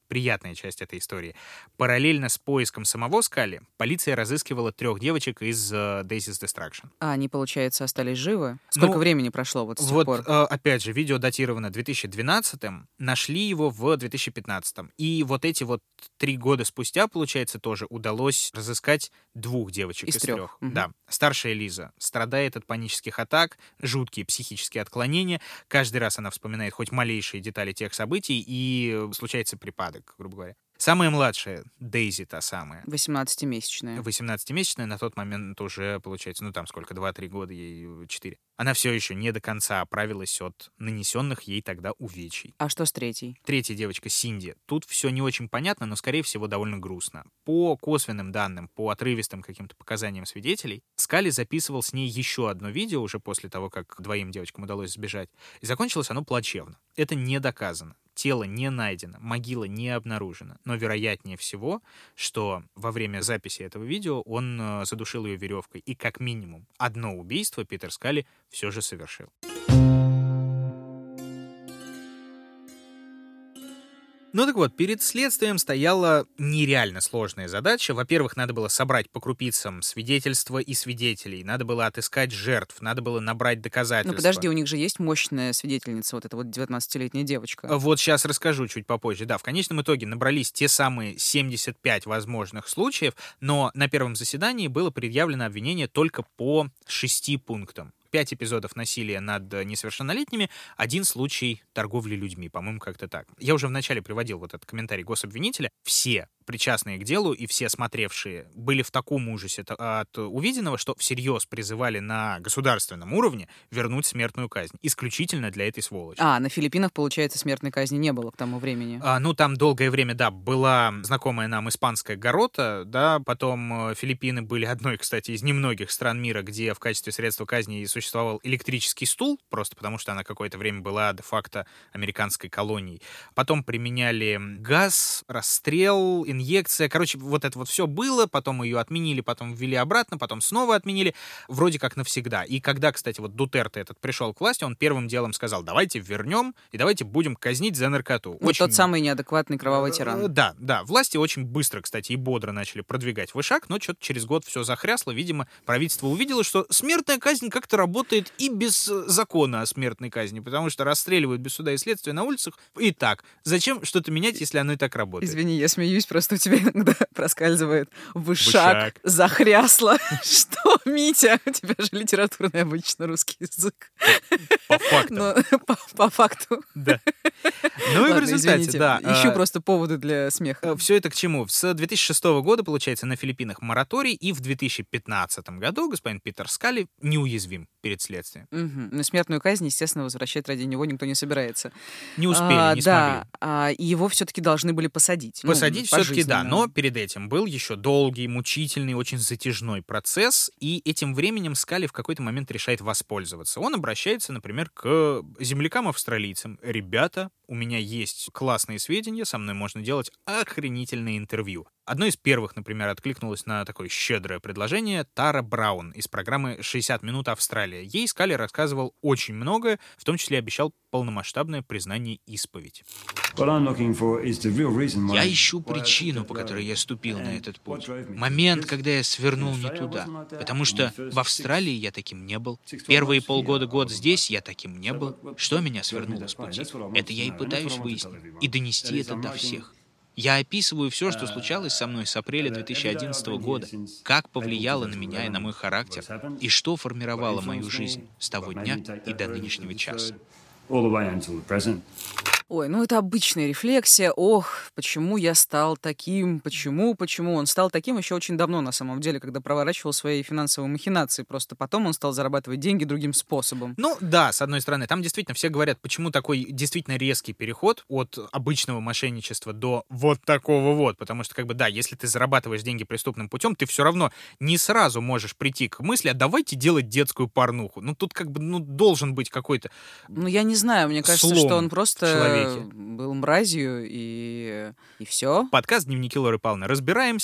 приятная часть этой истории. Параллельно с поиском самого Скалли, полиция разыскивала трех девочек из uh, Daisy's Destruction. А они, получается, остались живы? Сколько ну, времени прошло вот с тех вот, пор? Uh, опять же, видео датировано две тысячи двенадцатым, нашли его в две тысячи пятнадцатом. И вот эти вот три года спустя, получается, тоже удалось разыскать двух девочек из, из трех. трех. Угу. Да. Старшая Лиза страдает от панических атак, жуткие психические отклонения. Каждый раз она вспоминает хоть малейшие детали тех событий, и случается припадок, грубо говоря. Самая младшая, Дейзи, та самая. восемнадцатимесячная. восемнадцатимесячная, на тот момент уже, получается, ну там сколько, два-три года, ей четыре. Она все еще не до конца оправилась от нанесенных ей тогда увечий. А что с третьей? Третья девочка, Синди. Тут все не очень понятно, но, скорее всего, довольно грустно. По косвенным данным, по отрывистым каким-то показаниям свидетелей, Скалли записывал с ней еще одно видео уже после того, как двоим девочкам удалось сбежать, и закончилось оно плачевно. Это не доказано. Тело не найдено, могила не обнаружена. Но вероятнее всего, что во время записи этого видео он э, задушил ее веревкой. И как минимум одно убийство Питер Скалли все же совершил. Ну так вот, перед следствием стояла нереально сложная задача. Во-первых, надо было собрать по крупицам свидетельства и свидетелей, надо было отыскать жертв, надо было набрать доказательства. Ну подожди, у них же есть мощная свидетельница, вот эта вот девятнадцатилетняя девочка. Вот сейчас расскажу чуть попозже. Да, в конечном итоге набрались те самые семьдесят пять возможных случаев, но на первом заседании было предъявлено обвинение только по шести пунктам. Пять эпизодов насилия над несовершеннолетними, один случай торговли людьми, по-моему, как-то так. Я уже вначале приводил вот этот комментарий гособвинителя. Все причастные к делу и все смотревшие были в таком ужасе от увиденного, что всерьез призывали на государственном уровне вернуть смертную казнь. Исключительно для этой сволочи. А, на Филиппинах, получается, смертной казни не было к тому времени. А, ну, там долгое время, да, была знакомая нам испанская гаррота, да, потом Филиппины были одной, кстати, из немногих стран мира, где в качестве средства казни существовал электрический стул, просто потому что она какое-то время была де-факто американской колонией. Потом применяли газ, расстрел, инъекция. Короче, вот это вот все было, потом ее отменили, потом ввели обратно, потом снова отменили, вроде как навсегда. И когда, кстати, вот Дутерте этот пришел к власти, он первым делом сказал: давайте вернем и давайте будем казнить за наркоту. Вот очень... тот самый неадекватный кровавый тиран. Да, да. Власти очень быстро, кстати, и бодро начали продвигать вышаг, но что-то через год все захрясло. Видимо, правительство увидело, что смертная казнь как-то работает и без закона о смертной казни, потому что расстреливают без суда и следствия на улицах. И так, зачем что-то менять, если оно и так работает? Извини, я смеюсь, просто у тебя иногда проскальзывает вышаг, Вышаг. захрясло. Что, Митя? У тебя же литературный обычно русский язык. По факту. Но, по, по факту. Да. Ну и Ладно, в результате, извините, да. Ищу а, просто поводы для смеха. Все это к чему? С две тысячи шестого года, получается, на Филиппинах мораторий, и в две тысячи пятнадцатом году господин Питер Скалли неуязвим перед следствием. Угу. Но смертную казнь, естественно, возвращать ради него никто не собирается. Не успели, а, не да, смогли. А, и его все-таки должны были посадить. Посадить ну, все-таки, да, но перед этим был еще долгий, мучительный, очень затяжной процесс, и этим временем Скалли в какой-то момент решает воспользоваться. Он обращается, например, к землякам-австралийцам. Ребята, у меня есть классные сведения, со мной можно делать охренительные интервью. Одно из первых, например, откликнулась на такое щедрое предложение Тара Браун из программы «шестьдесят минут Австралия». Ей Скалли рассказывал очень многое, в том числе обещал полномасштабное признание исповедь. Я ищу причину, по которой я ступил на этот путь. Момент, когда я свернул не туда. Потому что в Австралии я таким не был. Первые полгода, год здесь я таким не был. Что меня свернуло с пути? Это я и пытаюсь выяснить. И донести это до всех. Я описываю все, что случалось со мной с апреля две тысячи одиннадцатого года, как повлияло на меня и на мой характер, и что формировало мою жизнь с того дня и до нынешнего часа. Ой, ну это обычная рефлексия. Ох, почему я стал таким? Почему, почему? Он стал таким еще очень давно, на самом деле, когда проворачивал свои финансовые махинации. Просто потом он стал зарабатывать деньги другим способом. Ну да, с одной стороны, там действительно все говорят, почему такой действительно резкий переход от обычного мошенничества до вот такого вот. Потому что, как бы, да, если ты зарабатываешь деньги преступным путем, ты все равно не сразу можешь прийти к мысли, а давайте делать детскую порнуху. Ну тут как бы, ну должен быть какой-то Ну я не знаю, мне кажется, слом что он просто... человеке. был мразью, и, и все. Подкаст «Дневники Лоры Павловны». Разбираемся,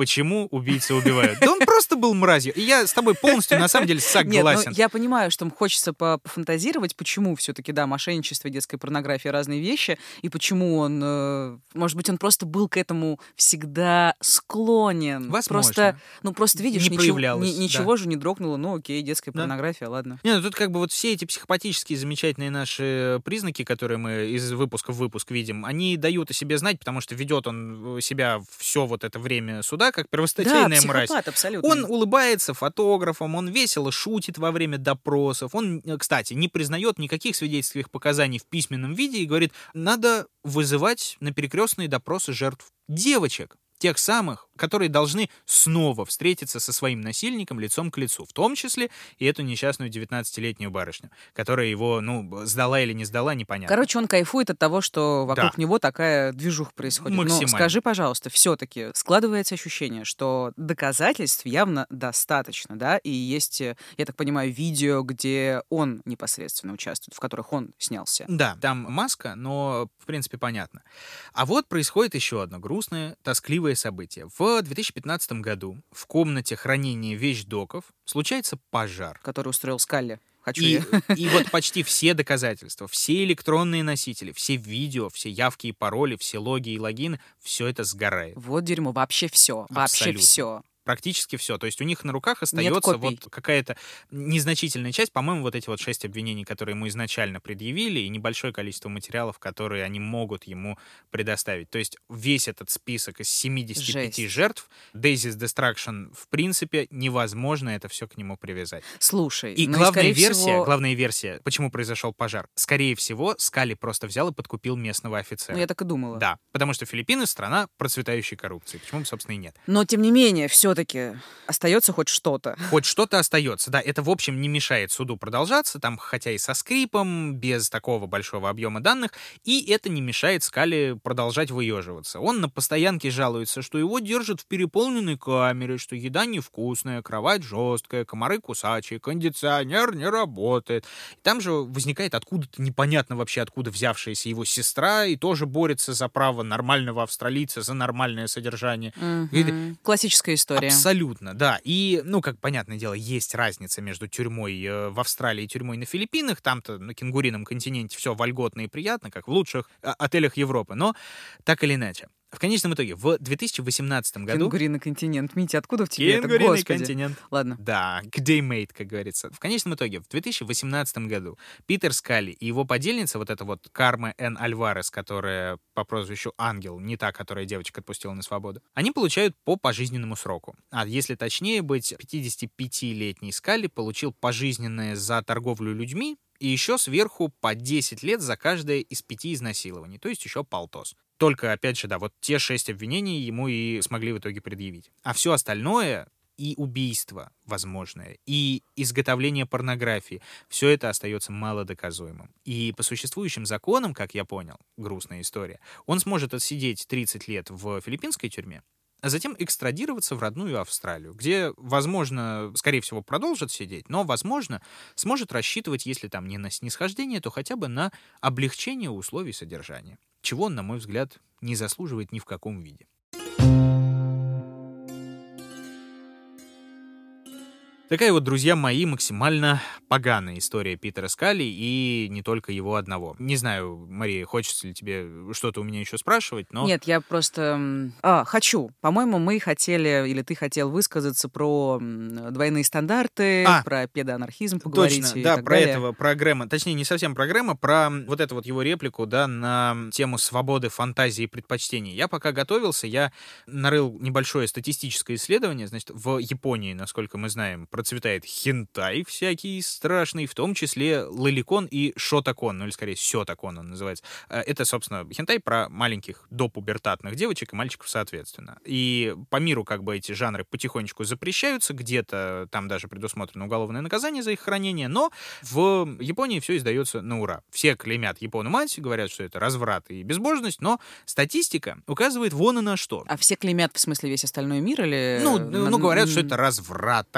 почему убийцы убивают. Да он просто был мразью. И я с тобой полностью, на самом деле, согласен. Нет, ну, я понимаю, что хочется пофантазировать, почему все-таки, да, мошенничество и детская порнография — разные вещи, и почему он, э, может быть, он просто был к этому всегда склонен. Возможно. Просто, ну, просто, видишь, не ничего, проявлялось, ни, ничего да. же не дрогнуло, ну, окей, детская Да. порнография, ладно. Не, ну тут как бы вот все эти психопатические замечательные наши признаки, которые мы из выпуска в выпуск видим, они дают о себе знать, потому что ведет он себя все вот это время суда как первостатейная Да, мразь. психопат абсолютно. Он улыбается фотографам, он весело шутит во время допросов. Он, кстати, не признает никаких свидетельских показаний в письменном виде и говорит, надо вызывать на перекрестные допросы жертв девочек. Тех самых, которые должны снова встретиться со своим насильником лицом к лицу, в том числе и эту несчастную девятнадцатилетнюю барышню, которая его, ну, сдала или не сдала, непонятно. Короче, он кайфует от того, что вокруг Да. него такая движуха происходит. Максимально. Но скажи, пожалуйста, все-таки складывается ощущение, что доказательств явно достаточно, да, и есть, я так понимаю, видео, где он непосредственно участвует, в которых он снялся. Да, там маска, но, в принципе, понятно. А вот происходит еще одно грустное, тоскливое событие. В две тысячи пятнадцатом году в комнате хранения вещдоков случается пожар. Который устроил Скалли. Хочу И, я. и вот почти все доказательства, все электронные носители, все видео, все явки и пароли, все логи и логины, все это сгорает. Вот дерьмо, вообще все, вообще Абсолютно. все. Практически все. То есть у них на руках остается копий. вот какая-то незначительная часть, по-моему, вот эти вот шесть обвинений, которые ему изначально предъявили, и небольшое количество материалов, которые они могут ему предоставить. То есть весь этот список из семидесяти пяти Жесть. жертв, Daisy's Destruction, в принципе, невозможно это все к нему привязать. Слушай, И ну главная скорее версия, всего- главная версия, почему произошел пожар, скорее всего, Скалли просто взял и подкупил местного офицера. Ну, я так и думала. Да, потому что Филиппины — страна процветающей коррупции. Почему бы, собственно, и нет. Но, тем не менее, все-таки остается хоть что-то. Хоть что-то остается. Да, это, в общем, не мешает суду продолжаться, там, хотя и со скрипом, без такого большого объема данных, и это не мешает Скалли продолжать выеживаться. Он на постоянке жалуется, что его держат в переполненной камере, что еда невкусная, кровать жесткая, комары кусачие, кондиционер не работает. И там же возникает откуда-то непонятно вообще, откуда взявшаяся его сестра, и тоже борется за право нормального австралийца, за нормальное содержание. Мгм. Классическая история. Абсолютно, да. И, ну, как понятное дело, есть разница между тюрьмой э, в Австралии и тюрьмой на Филиппинах. Там-то на кенгурином континенте все вольготно и приятно, как в лучших э, отелях Европы. Но так или иначе. В конечном итоге, в две тысячи восемнадцатом году... Кенгуриный континент. Митя, откуда в тебе это, Кенгуриный господи? континент. Ладно. Да, где мейт, как говорится. В конечном итоге, в две тысячи восемнадцатом году Питер Скалли и его подельница, вот эта вот Карме Н. Альварес, которая по прозвищу Ангел, не та, которая девочка отпустила на свободу, они получают по пожизненному сроку. А если точнее быть, пятидесятипятилетний Скалли получил пожизненное за торговлю людьми и еще сверху по десять лет за каждое из пяти изнасилований, то есть еще полтос. Только, опять же, да, вот те шесть обвинений ему и смогли в итоге предъявить. А все остальное, и убийство возможное, и изготовление порнографии, все это остается малодоказуемым. И по существующим законам, как я понял, грустная история, он сможет отсидеть тридцать лет в филиппинской тюрьме, а затем экстрадироваться в родную Австралию, где, возможно, скорее всего, продолжит сидеть, но, возможно, сможет рассчитывать, если там не на снисхождение, то хотя бы на облегчение условий содержания, чего он, на мой взгляд, не заслуживает ни в каком виде. Такая вот, друзья мои, максимально поганая история Питера Скалли, и не только его одного. Не знаю, Мария, хочется ли тебе что-то у меня еще спрашивать, но... Нет, я просто... м, А, хочу. По-моему, мы хотели, или ты хотел высказаться про м, двойные стандарты, А, про педоанархизм поговорить Точно, и да, так про далее. этого, про Грэма, точнее, не совсем про Грэма, про вот эту вот его реплику, да, на тему свободы, фантазии и предпочтений. Я пока готовился, я нарыл небольшое статистическое исследование, значит, в Японии, насколько мы знаем, процветает хентай всякий страшный, в том числе лоликон и шотакон, ну или скорее сётакон он называется. Это, собственно, хентай про маленьких допубертатных девочек и мальчиков соответственно. И по миру как бы эти жанры потихонечку запрещаются, где-то там даже предусмотрено уголовное наказание за их хранение, но в Японии все издается на ура. Все клеймят Япону мать, говорят, что это разврат и безбожность, но статистика указывает вон и на что. А все клеймят, в смысле, весь остальной мир или... Ну, на- ну, говорят, м, что это разврат, так нельзя.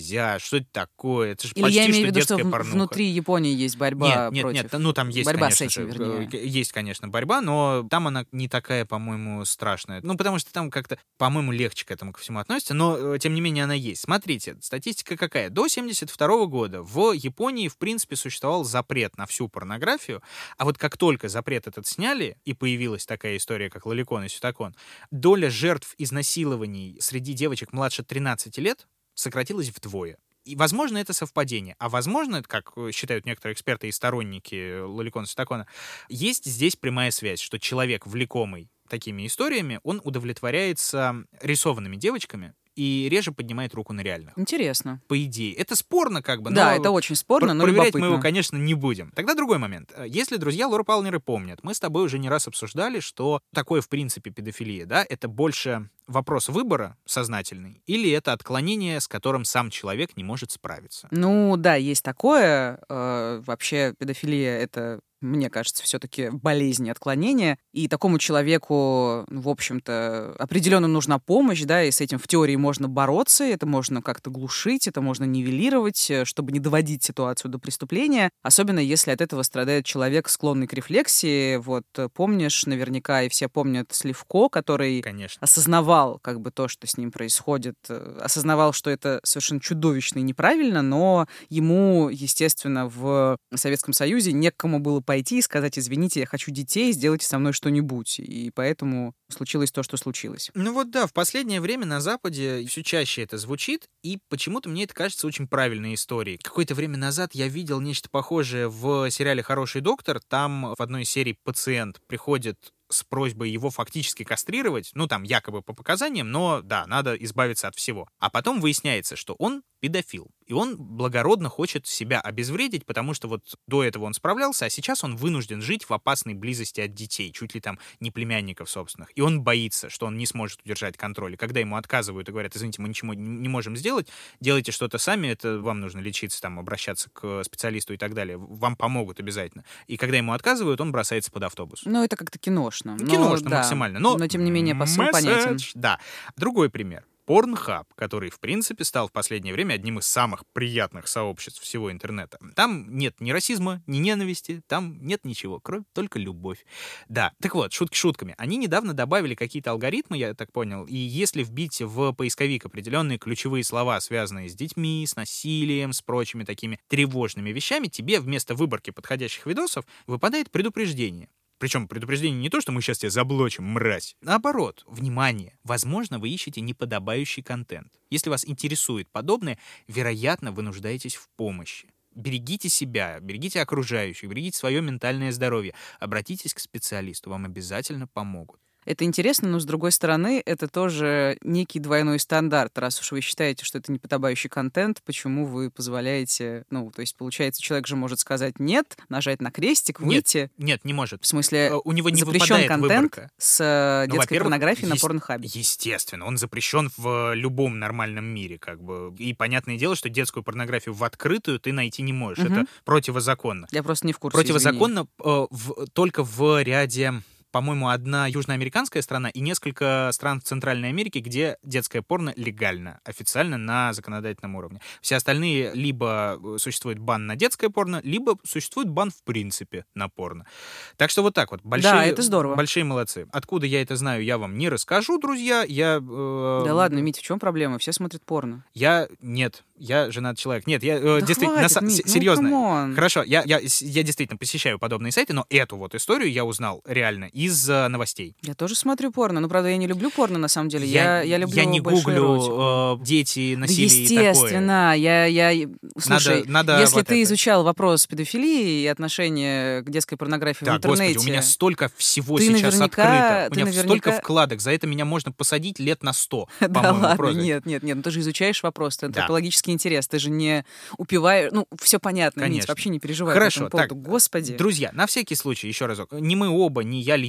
нельзя, что это такое, это же Или почти я имею что в виду, что детская в- порнуха. внутри Японии есть борьба Нет, нет, против... нет, ну там есть, борьба конечно с этим, же, вернее. э, есть, конечно, борьба, но там она не такая, по-моему, страшная. Ну, потому что там как-то, по-моему, легче к этому ко всему относится, но, э, тем не менее, она есть. Смотрите, статистика какая? До семьдесят второго года в Японии, в принципе, существовал запрет на всю порнографию, а вот как только запрет этот сняли, и появилась такая история, как Лоликон и Сютакон, доля жертв изнасилований среди девочек младше тринадцати лет сократилась вдвое. И, возможно, это совпадение. А возможно, это, как считают некоторые эксперты и сторонники Лоликона Сютакона, есть здесь прямая связь, что человек, влекомый такими историями, он удовлетворяется рисованными девочками и реже поднимает руку на реальных. Интересно. По идее. Это спорно как бы, но... Да, это очень спорно, Про- но проверять любопытно. мы его, конечно, не будем. Тогда другой момент. Если друзья Лоры Палмеры помнят, мы с тобой уже не раз обсуждали, что такое, в принципе, педофилия, да, это больше вопрос выбора сознательный или это отклонение, с которым сам человек не может справиться? Ну да, есть такое. Э, Вообще педофилия — это, мне кажется, все-таки болезнь и отклонение. И такому человеку, ну, в общем-то, определенно нужна помощь, да, и с этим в теории можно бороться, это можно как-то глушить, это можно нивелировать, э, чтобы не доводить ситуацию до преступления, особенно если от этого страдает человек, склонный к рефлексии. Вот э, помнишь, наверняка, и все помнят Сливко, который Конечно. осознавал как бы то, что с ним происходит, э, осознавал, что это совершенно чудовищно и неправильно, но ему, естественно, в Советском Союзе не к кому было пойти и сказать: извините, я хочу детей, сделайте со мной что-нибудь. И поэтому случилось то, что случилось. Ну вот да, в последнее время на Западе все чаще это звучит, и почему-то мне это кажется очень правильной историей. Какое-то время назад я видел нечто похожее в сериале «Хороший доктор». Там в одной серии пациент приходит с просьбой его фактически кастрировать, ну, там, якобы по показаниям, но, да, надо избавиться от всего. А потом выясняется, что он педофил, и он благородно хочет себя обезвредить, потому что вот до этого он справлялся, а сейчас он вынужден жить в опасной близости от детей, чуть ли там не племянников собственных. И он боится, что он не сможет удержать контроль. И когда ему отказывают и говорят: извините, мы ничего не можем сделать, делайте что-то сами, это вам нужно лечиться, там, обращаться к специалисту и так далее, вам помогут обязательно. И когда ему отказывают, он бросается под автобус. Ну, это как-то киношно. Ну, но, киношно да, максимально. Но, но, тем не менее, посыл месседж, понятен. Да. Другой пример. Pornhub, который, в принципе, стал в последнее время одним из самых приятных сообществ всего интернета. Там нет ни расизма, ни ненависти, там нет ничего, кроме только любовь. Да, так вот, шутки шутками. Они недавно добавили какие-то алгоритмы, я так понял, и если вбить в поисковик определенные ключевые слова, связанные с детьми, с насилием, с прочими такими тревожными вещами, тебе вместо выборки подходящих видосов выпадает предупреждение. Причем предупреждение не то, что мы сейчас тебя заблочим, мразь. Наоборот, внимание, возможно, вы ищете неподобающий контент. Если вас интересует подобное, вероятно, вы нуждаетесь в помощи. Берегите себя, берегите окружающих, берегите свое ментальное здоровье. Обратитесь к специалисту, вам обязательно помогут. Это интересно, но, с другой стороны, это тоже некий двойной стандарт. Раз уж вы считаете, что это неподобающий контент, почему вы позволяете... Ну, то есть, получается, человек же может сказать «нет», нажать на крестик, выйти. Нет, нет, не может. В смысле, у него не запрещен выпадает контент выборка. с Ну, детской порнографией на ес- порнхабе. Естественно, он запрещен в любом нормальном мире, как бы. И понятное дело, что детскую порнографию в открытую ты найти не можешь. Мгм. Это противозаконно. Я просто не в курсе, Противозаконно э, в- только в ряде, по-моему, одна южноамериканская страна и несколько стран в Центральной Америке, где детское порно легально, официально на законодательном уровне. Все остальные либо существует бан на детское порно, либо существует бан в принципе на порно. Так что вот так вот. Большие, Да, это здорово. Большие молодцы. Откуда я это знаю, я вам не расскажу, друзья. Я, э, Да ладно, Мить, в чем проблема? Все смотрят порно. Я... Нет, я женатый человек. Нет, я э, Да действительно... хватит, на са- Мить, с- ну, серьезно. камон. Хорошо, я, я, я действительно посещаю подобные сайты, но эту вот историю я узнал реально из э, новостей. Я тоже смотрю порно, но, правда, я не люблю порно, на самом деле. Я, я, люблю я не большую эротику. гуглю э, дети, Да, насилие и такое. естественно, я, я... Слушай, надо если вот ты это. изучал вопрос педофилии и отношения к детской порнографии Да, в интернете... господи, у меня столько всего ты сейчас наверняка- открыто. У ты меня наверняка- столько вкладок. За это меня можно посадить лет на сто, Да по-моему, ладно, просто. нет, нет, нет, ну ты же изучаешь вопрос, ты Да. антропологический интерес, ты же не упиваешь... Ну, все понятно, Мить, Конечно. вообще не переживай Хорошо, по этому поводу. так, Господи. Друзья, на всякий случай, еще разок, ни мы оба, ни я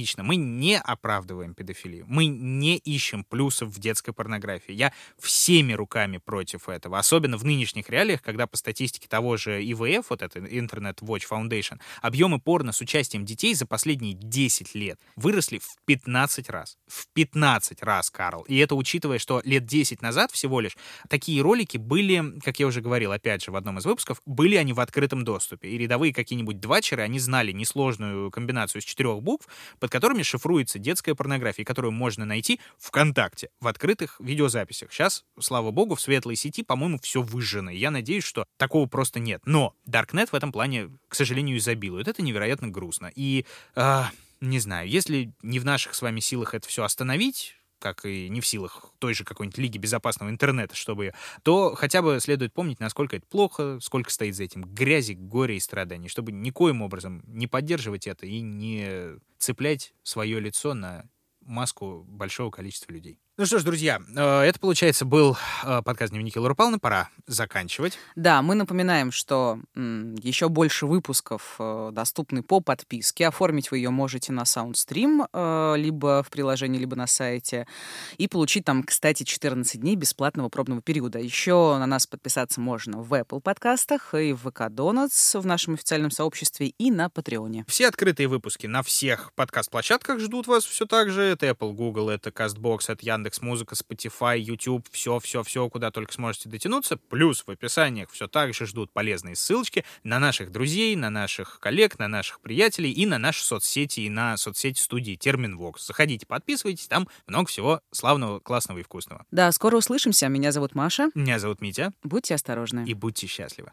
лично, мы не оправдываем педофилию. Мы не ищем плюсов в детской порнографии. Я всеми руками против этого. Особенно в нынешних реалиях, когда по статистике того же И В Эф, вот это Internet Watch Foundation, объемы порно с участием детей за последние десять лет выросли в пятнадцать раз. В пятнадцать раз, Карл. И это учитывая, что лет десять назад всего лишь такие ролики были, как я уже говорил, опять же, в одном из выпусков, были они в открытом доступе. И рядовые какие-нибудь двачеры, они знали несложную комбинацию из четырех букв, под которыми шифруется детская порнография, которую можно найти ВКонтакте, в открытых видеозаписях. Сейчас, слава богу, в светлой сети, по-моему, все выжжено. Я надеюсь, что такого просто нет. Но Даркнет в этом плане, к сожалению, изобилует. Это невероятно грустно. И, э, не знаю, если не в наших с вами силах это все остановить, как и не в силах той же какой-нибудь Лиги безопасного интернета, чтобы... то хотя бы следует помнить, насколько это плохо, сколько стоит за этим грязи, горя и страданий, чтобы никоим образом не поддерживать это и не цеплять свое лицо на маску большого количества людей. Ну что ж, друзья, это, получается, был подкаст «Дневники Лоры Павловны». Пора заканчивать. Да, мы напоминаем, что м, еще больше выпусков э, доступны по подписке. Оформить вы ее можете на Soundstream, э, либо в приложении, либо на сайте. И получить там, кстати, четырнадцать дней бесплатного пробного периода. Еще на нас подписаться можно в Apple подкастах и в ви кей Donuts в нашем официальном сообществе и на Патреоне. Все открытые выпуски на всех подкаст-площадках ждут вас все так же. Это Apple, Google, это CastBox, это Яндекс. Яндекс.Музыка, Spotify, YouTube, все-все-все, куда только сможете дотянуться. Плюс в описаниях все так же ждут полезные ссылочки на наших друзей, на наших коллег, на наших приятелей и на наши соцсети, и на соцсети студии Терминвокс. Заходите, подписывайтесь, там много всего славного, классного и вкусного. Да, скоро услышимся. Меня зовут Маша. Меня зовут Митя. Будьте осторожны. И будьте счастливы.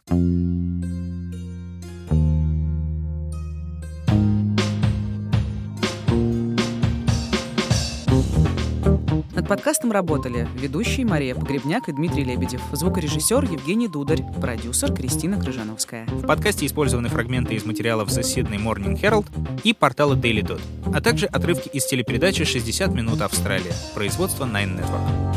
Над подкастом работали ведущие Мария Погребняк и Дмитрий Лебедев, звукорежиссер Евгений Дударь, продюсер Кристина Крыжановская. В подкасте использованы фрагменты из материалов The Sydney Morning Herald и портала Daily Dot, а также отрывки из телепередачи «шестьдесят минут Австралия», производства Nine Network.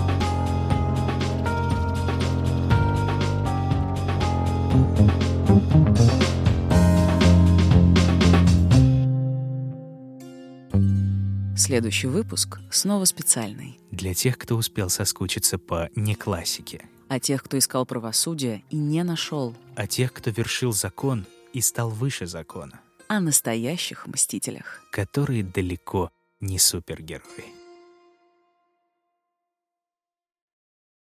Следующий выпуск снова специальный. Для тех, кто успел соскучиться по неклассике. О тех, кто искал правосудие и не нашел. О тех, кто вершил закон и стал выше закона. О настоящих мстителях. Которые далеко не супергерои.